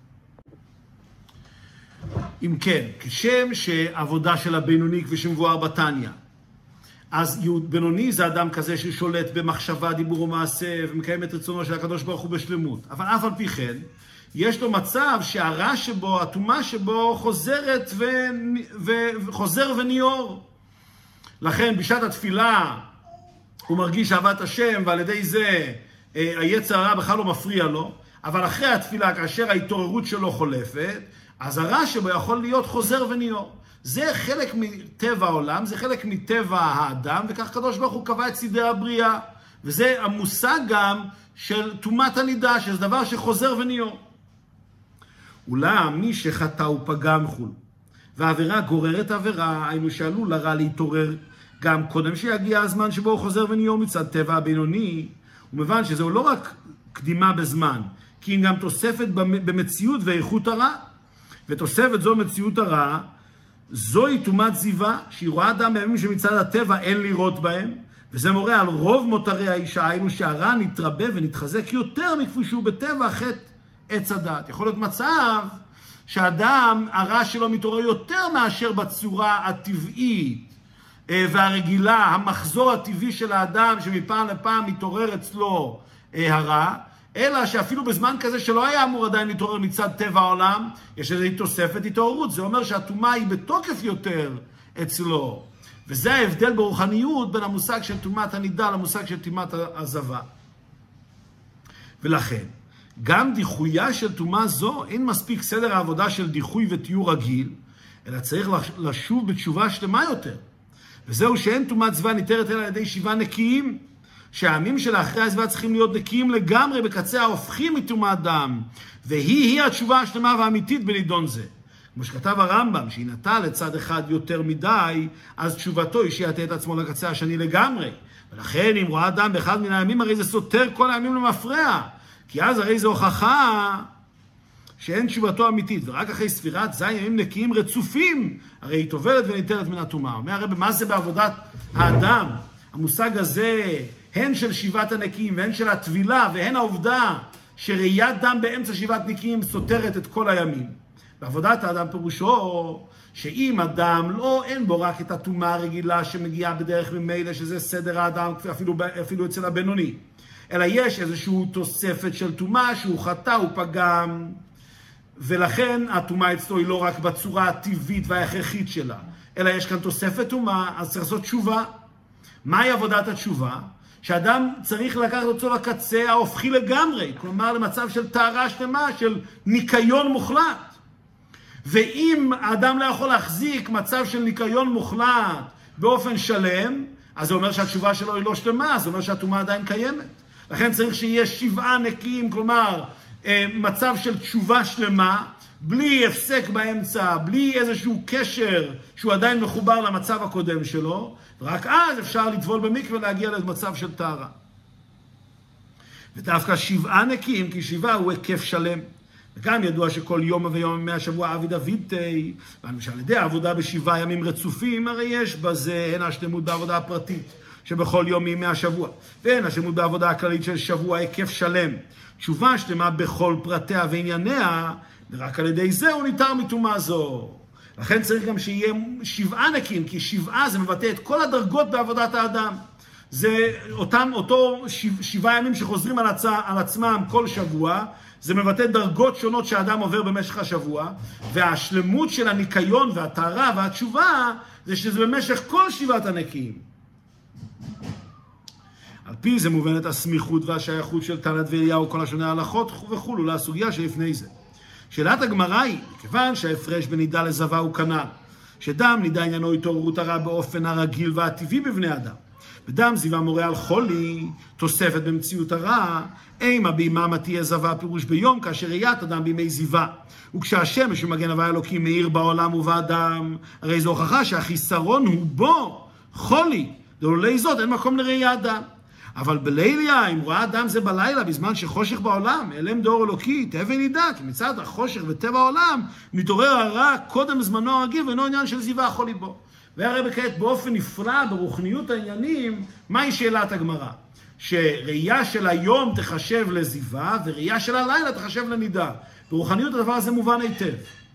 אם כן, כשם שעבודה של הבינוני כפי שמבואר בתניא, אז בינוני זה אדם כזה ששולט במחשבה, דיבור ומעשה, ומקיים את רצונו של הקדוש ברוך הוא בשלמות. אבל אף על פי כן, יש לו מצב שהרע שבו, הטומאה שבו חוזרת ו... וחוזר וניאור. לכן בשעת התפילה הוא מרגיש אהבת השם, ועל ידי זה היצר הרע בכלל לא מפריע לו, אבל אחרי התפילה, כאשר ההתעוררות שלו חולפת, אז הרע שבו יכול להיות חוזר וניאור. זה חלק מטבע העולם, זה חלק מטבע האדם, וכך קדוש ברוך הוא קבע את סדרי הבריאה. וזה המושג גם של טומאת הנידה, שזה דבר שחוזר וניאור. אולם מי שחטא ופגם חול, והעבירה גוררת עבירה, היינו שעלול לרע להתעורר גם קודם שיגיע הזמן שבו הוא חוזר וניאור מצד טבע הבינוני, הוא מבין שזהו לא רק קדימה בזמן, כי אם גם תוספת במציאות ואיכות הרע, ותוספת זו מציאות הרע, זוהי טומאת זיווה, שהיא רואה אדם בימים שמצד הטבע אין לראות בהם, וזה מורה על רוב מותרי האישה, היינו שהרע נתרבה ונתחזק יותר מכפי שהוא בטבע חטא עץ הדעת. יכול להיות מצב שאדם, הרע שלו מתעורר יותר מאשר בצורה הטבעית והרגילה, המחזור הטבעי של האדם שמפעם לפעם מתעורר אצלו הרע, אלא שאפילו בזמן כזה שלא היה אמור עדיין להתעורר מצד טבע העולם, יש איזו תוספת התעוררות. זה אומר שהטומאה היא בתוקף יותר אצלו. וזה ההבדל ברוחניות בין המושג של טומאת הנידה למושג של טומאת הזבה. ולכן, גם דיחויה של טומאה זו אין מספיק סדר העבודה של דיחוי ותיאור רגיל, אלא צריך לשוב בתשובה שלמה יותר. וזהו שאין טומאת זבה ניתרת אלא על ידי שבעה נקיים, שהעמים של אחרי העזיבה צריכים להיות נקיים לגמרי בקצה ההופכים מטומאת דם, והיא-היא התשובה השלמה והאמיתית בנידון זה. כמו שכתב הרמב"ם, שהיא נטה לצד אחד יותר מדי, אז תשובתו היא שיעטה את עצמו לקצה השני לגמרי. ולכן אם רואה אדם באחד מן הימים, הרי זה סותר כל הימים למפרע, כי אז הרי זו הוכחה שאין תשובתו אמיתית, ורק אחרי ספירת זין ימים נקיים רצופים, הרי היא טובלת וניתרת מן הטומאה. אומר הרב, מה זה בעבודת האדם? המושג הזה, הן של שיבת הנקיים, והן של הטבילה, והן העובדה שראיית דם באמצע שיבת נקיים סותרת את כל הימים. בעבודת האדם פירושו שאם אדם לא, אין בו רק את הטומאה הרגילה שמגיעה בדרך ממילא, שזה סדר האדם, אפילו, אפילו אצל הבינוני, אלא יש איזושהי תוספת של טומאה שהוא חטא, הוא פגם, ולכן הטומאה אצלו היא לא רק בצורה הטבעית וההכרחית שלה, אלא יש כאן תוספת טומאה, אז צריך לעשות תשובה. מהי עבודת התשובה? שאדם צריך לקחת אותו לקצה ההופכי לגמרי, כלומר למצב של טהרה שלמה, של ניקיון מוחלט. ואם האדם לא יכול להחזיק מצב של ניקיון מוחלט באופן שלם, אז זה אומר שהתשובה שלו היא לא שלמה, זה אומר שהטומאה עדיין קיימת. לכן צריך שיהיה שבעה נקיים, כלומר מצב של תשובה שלמה, בלי הפסק באמצע, בלי איזשהו קשר שהוא עדיין מחובר למצב הקודם שלו, ורק אז אפשר לטבול במקווה ולהגיע למצב של טהרה. ודווקא שבעה נקיים, כי שבעה הוא היקף שלם. וגם ידוע שכל יום ויום מהשבוע אבי דוידתי, ועל ידי העבודה בשבעה ימים רצופים, הרי יש בזה הן השלמות בעבודה הפרטית, שבכל יום ימי השבוע, והן השלמות בעבודה הכללית של שבוע היקף שלם. תשובה שלמה בכל פרטיה וענייניה, ורק על ידי זה הוא ניתר מטומאה זו. לכן צריך גם שיהיה שבעה נקיים, כי שבעה זה מבטא את כל הדרגות בעבודת האדם. זה אותם, אותו שבעה ימים שחוזרים על, הצ... על עצמם כל שבוע, זה מבטא דרגות שונות שהאדם עובר במשך השבוע, והשלמות של הניקיון והטהרה והתשובה, זה שזה במשך כל שבעת הנקיים. על פי זה מובנת הסמיכות והשייכות של תנת ואליהו, כל השונה ההלכות וכולו, לסוגיה שלפני זה. שאלת הגמרא היא, כיוון שההפרש בין נידה לזבה הוא כנ"ל, שדם נידה עניינו התעוררות הרע באופן הרגיל והטבעי בבני אדם, ודם זיווה מורה על חולי, תוספת במציאות הרע, אימה ביממה תהיה זבה פירוש ביום, כאשר ראיית אדם בימי זיווה, וכשהשמש ומגן הוויה אלוקים מאיר בעולם ובאדם, הרי זו הוכחה שהחיסרון הוא בו, חולי, דלולי זאת אין מקום לראיית אדם. אבל בליליה, אם רואה אדם זה בלילה, בזמן שחושך בעולם, אלם דאור אלוקי, תהווה נידה, כי מצד החושך וטבע העולם, מתעורר הרע קודם זמנו הרגיל, ואינו עניין של זיווה החולי בו. והרי כעת באופן נפלא, ברוחניות העניינים, מהי שאלת הגמרא? שראייה של היום תחשב לזיווה, וראייה של הלילה תחשב לנידה. ברוחניות הדבר הזה מובן היטב.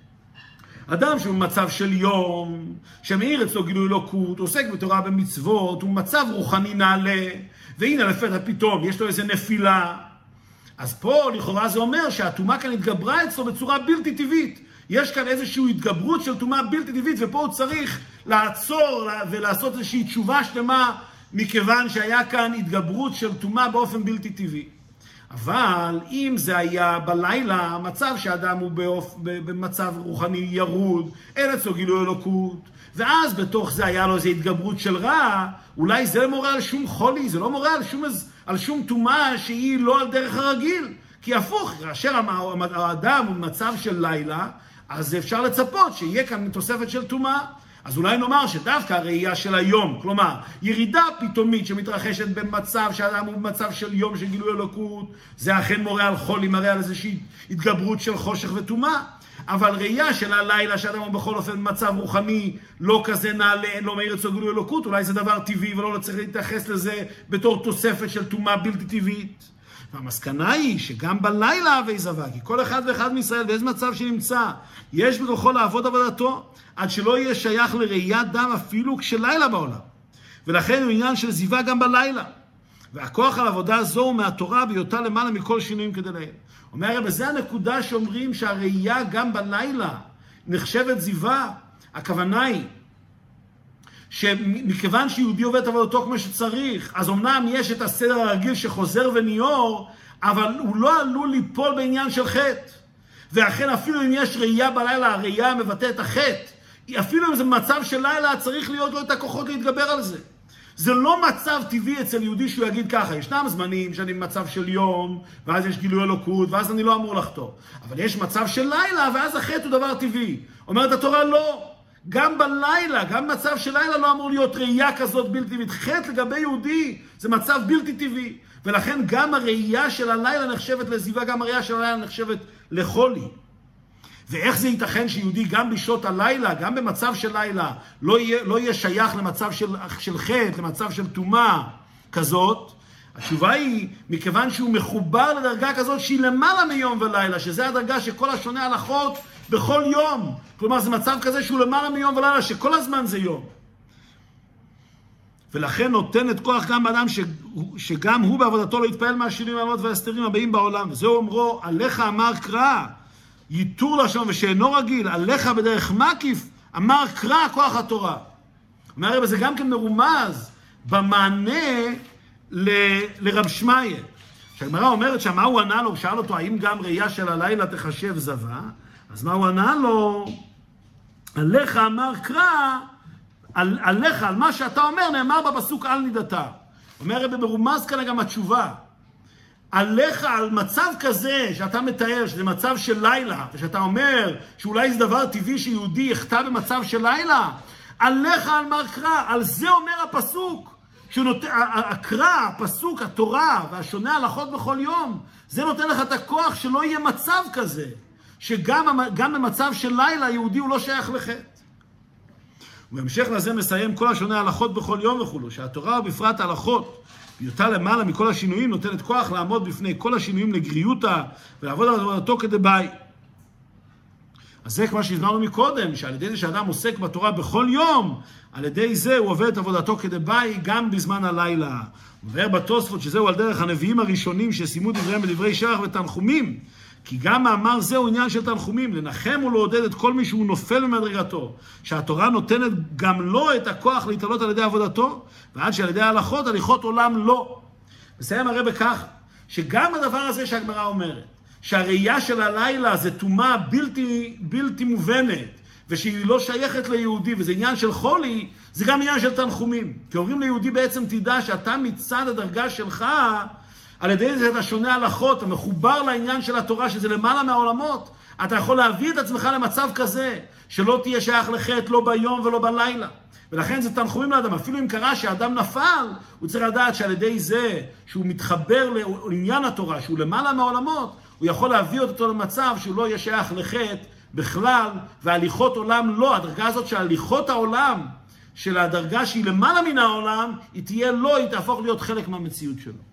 אדם שהוא במצב של יום, שמאיר אצלו גילוי אלוקות, עוסק בתורה במצוות, הוא מצב רוחני נעלה, והנה לפתע פתאום יש לו איזו נפילה. אז פה לכאורה זה אומר שהטומאה כאן התגברה אצלו בצורה בלתי טבעית. יש כאן איזושהי התגברות של טומאה בלתי טבעית, ופה הוא צריך לעצור ולעשות איזושהי תשובה שלמה, מכיוון שהיה כאן התגברות של טומאה באופן בלתי טבעי. אבל אם זה היה בלילה, מצב שאדם הוא באופ... במצב רוחני ירוד, אין אצלו גילוי אלוקות, ואז בתוך זה היה לו איזו התגברות של רע, אולי זה לא מורה על שום חולי, זה לא מורה על שום, על שום טומאה שהיא לא על דרך הרגיל. כי הפוך, כאשר האדם הוא במצב של לילה, אז אפשר לצפות שיהיה כאן תוספת של טומאה. אז אולי נאמר שדווקא הראייה של היום, כלומר, ירידה פתאומית שמתרחשת במצב שאדם הוא במצב של יום של גילוי אלוקות, זה אכן מורה על חולי, מראה על איזושהי התגברות של חושך וטומאה. אבל ראייה של הלילה שאדם הוא בכל אופן במצב רוחני לא כזה נעלה, לא מאיר אצלו גילוי אלוקות, אולי זה דבר טבעי ולא צריך להתייחס לזה בתור תוספת של טומאה בלתי טבעית. והמסקנה היא שגם בלילה הווי זבה, כי כל אחד ואחד מישראל באיזה מצב שנמצא, יש בכוחו לעבוד עבודתו, עד שלא יהיה שייך לראיית דם אפילו כשלילה בעולם. ולכן הוא עניין של זיווה גם בלילה. והכוח על עבודה זו הוא מהתורה בהיותה למעלה מכל שינויים כדי לעיל. אומר הרי, בזה הנקודה שאומרים שהראייה גם בלילה נחשבת זיווה. הכוונה היא שמכיוון שיהודי עובד עבודתו כמו שצריך, אז אמנם יש את הסדר הרגיל שחוזר וניור, אבל הוא לא עלול ליפול בעניין של חטא. ואכן אפילו אם יש ראייה בלילה, הראייה מבטא את החטא. אפילו אם זה מצב של לילה, צריך להיות לו את הכוחות להתגבר על זה. זה לא מצב טבעי אצל יהודי שהוא יגיד ככה, ישנם זמנים שאני במצב של יום, ואז יש גילוי אלוקות, ואז אני לא אמור לחטוא. אבל יש מצב של לילה, ואז החטא הוא דבר טבעי. אומרת התורה לא. גם בלילה, גם במצב של לילה לא אמור להיות ראייה כזאת בלתי טבעית. חטא לגבי יהודי זה מצב בלתי טבעי. ולכן גם הראייה של הלילה נחשבת לזיווה, גם הראייה של הלילה נחשבת לחולי. ואיך זה ייתכן שיהודי גם בשעות הלילה, גם במצב של לילה, לא יהיה, לא יהיה שייך למצב של, של חטא, למצב של טומאה כזאת? התשובה היא, מכיוון שהוא מחובר לדרגה כזאת שהיא למעלה מיום ולילה, שזה הדרגה שכל השונה הלכות בכל יום. כלומר, זה מצב כזה שהוא למעלה מיום ולילה, שכל הזמן זה יום. ולכן נותן את כוח גם באדם ש... שגם הוא בעבודתו לא יתפעל מהשינויים העלות וההסתרים הבאים בעולם. וזהו אומרו, עליך אמר קרא, ייתור לשון ושאינו רגיל, עליך בדרך מקיף, אמר קרא כוח התורה. אומר הרב, זה גם כן מרומז במענה ל... לרב שמעיה. שהגמרא אומרת שמה הוא ענה לו, הוא שאל אותו, האם גם ראייה של הלילה תחשב זווה? אז מה הוא ענה לו? עליך אמר קרא, על, עליך, על מה שאתה אומר, נאמר בפסוק על נידתה. אומר הרב, מרומז כאן גם התשובה. עליך, על מצב כזה שאתה מתאר, שזה מצב של לילה, ושאתה אומר שאולי זה דבר טבעי שיהודי יחטא במצב של לילה, עליך על מר קרא, על זה אומר הפסוק, שנות... הקרא, הפסוק, התורה והשונה הלכות בכל יום, זה נותן לך את הכוח שלא יהיה מצב כזה, שגם גם במצב של לילה יהודי הוא לא שייך לחטא. ובהמשך לזה מסיים כל השונה הלכות בכל יום וכולו, שהתורה ובפרט ההלכות, בהיותה למעלה מכל השינויים, נותנת כוח לעמוד בפני כל השינויים לגריותה, ולעבוד על עבודתו כדבעי. אז זה כמו שהזמרנו מקודם, שעל ידי זה שאדם עוסק בתורה בכל יום, על ידי זה הוא עובד את עבודתו כדבעי גם בזמן הלילה. הוא מבאר בתוספות שזהו על דרך הנביאים הראשונים שסיימו דבריהם בדברי שבח ותנחומים, כי גם מאמר זה הוא עניין של תנחומים, לנחם ולעודד את כל מי שהוא נופל במדרגתו, שהתורה נותנת גם לו את הכוח להתעלות על ידי עבודתו, ועד שעל ידי ההלכות, הליכות עולם לא. מסיים הרב בכך, שגם הדבר הזה שהגמרא אומרת, שהראייה של הלילה זה טומאה בלתי, בלתי מובנת, ושהיא לא שייכת ליהודי, וזה עניין של חולי, זה גם עניין של תנחומים. כי אומרים ליהודי בעצם תדע שאתה מצד הדרגה שלך, על ידי זה אתה שונה הלכות, אתה מחובר לעניין של התורה, שזה למעלה מהעולמות. אתה יכול להביא את עצמך למצב כזה, שלא תהיה שייך לחטא, לא ביום ולא בלילה. ולכן זה תנחומים לאדם. אפילו אם קרה שהאדם נפל, הוא צריך לדעת שעל ידי זה, שהוא מתחבר לעניין התורה, שהוא למעלה מהעולמות, הוא יכול להביא אותו למצב שהוא לא יהיה שייך לחטא בכלל, והליכות עולם לא. הדרגה הזאת של הליכות העולם, של הדרגה שהיא למעלה מן העולם, היא תהיה לא, היא תהפוך להיות חלק מהמציאות שלו.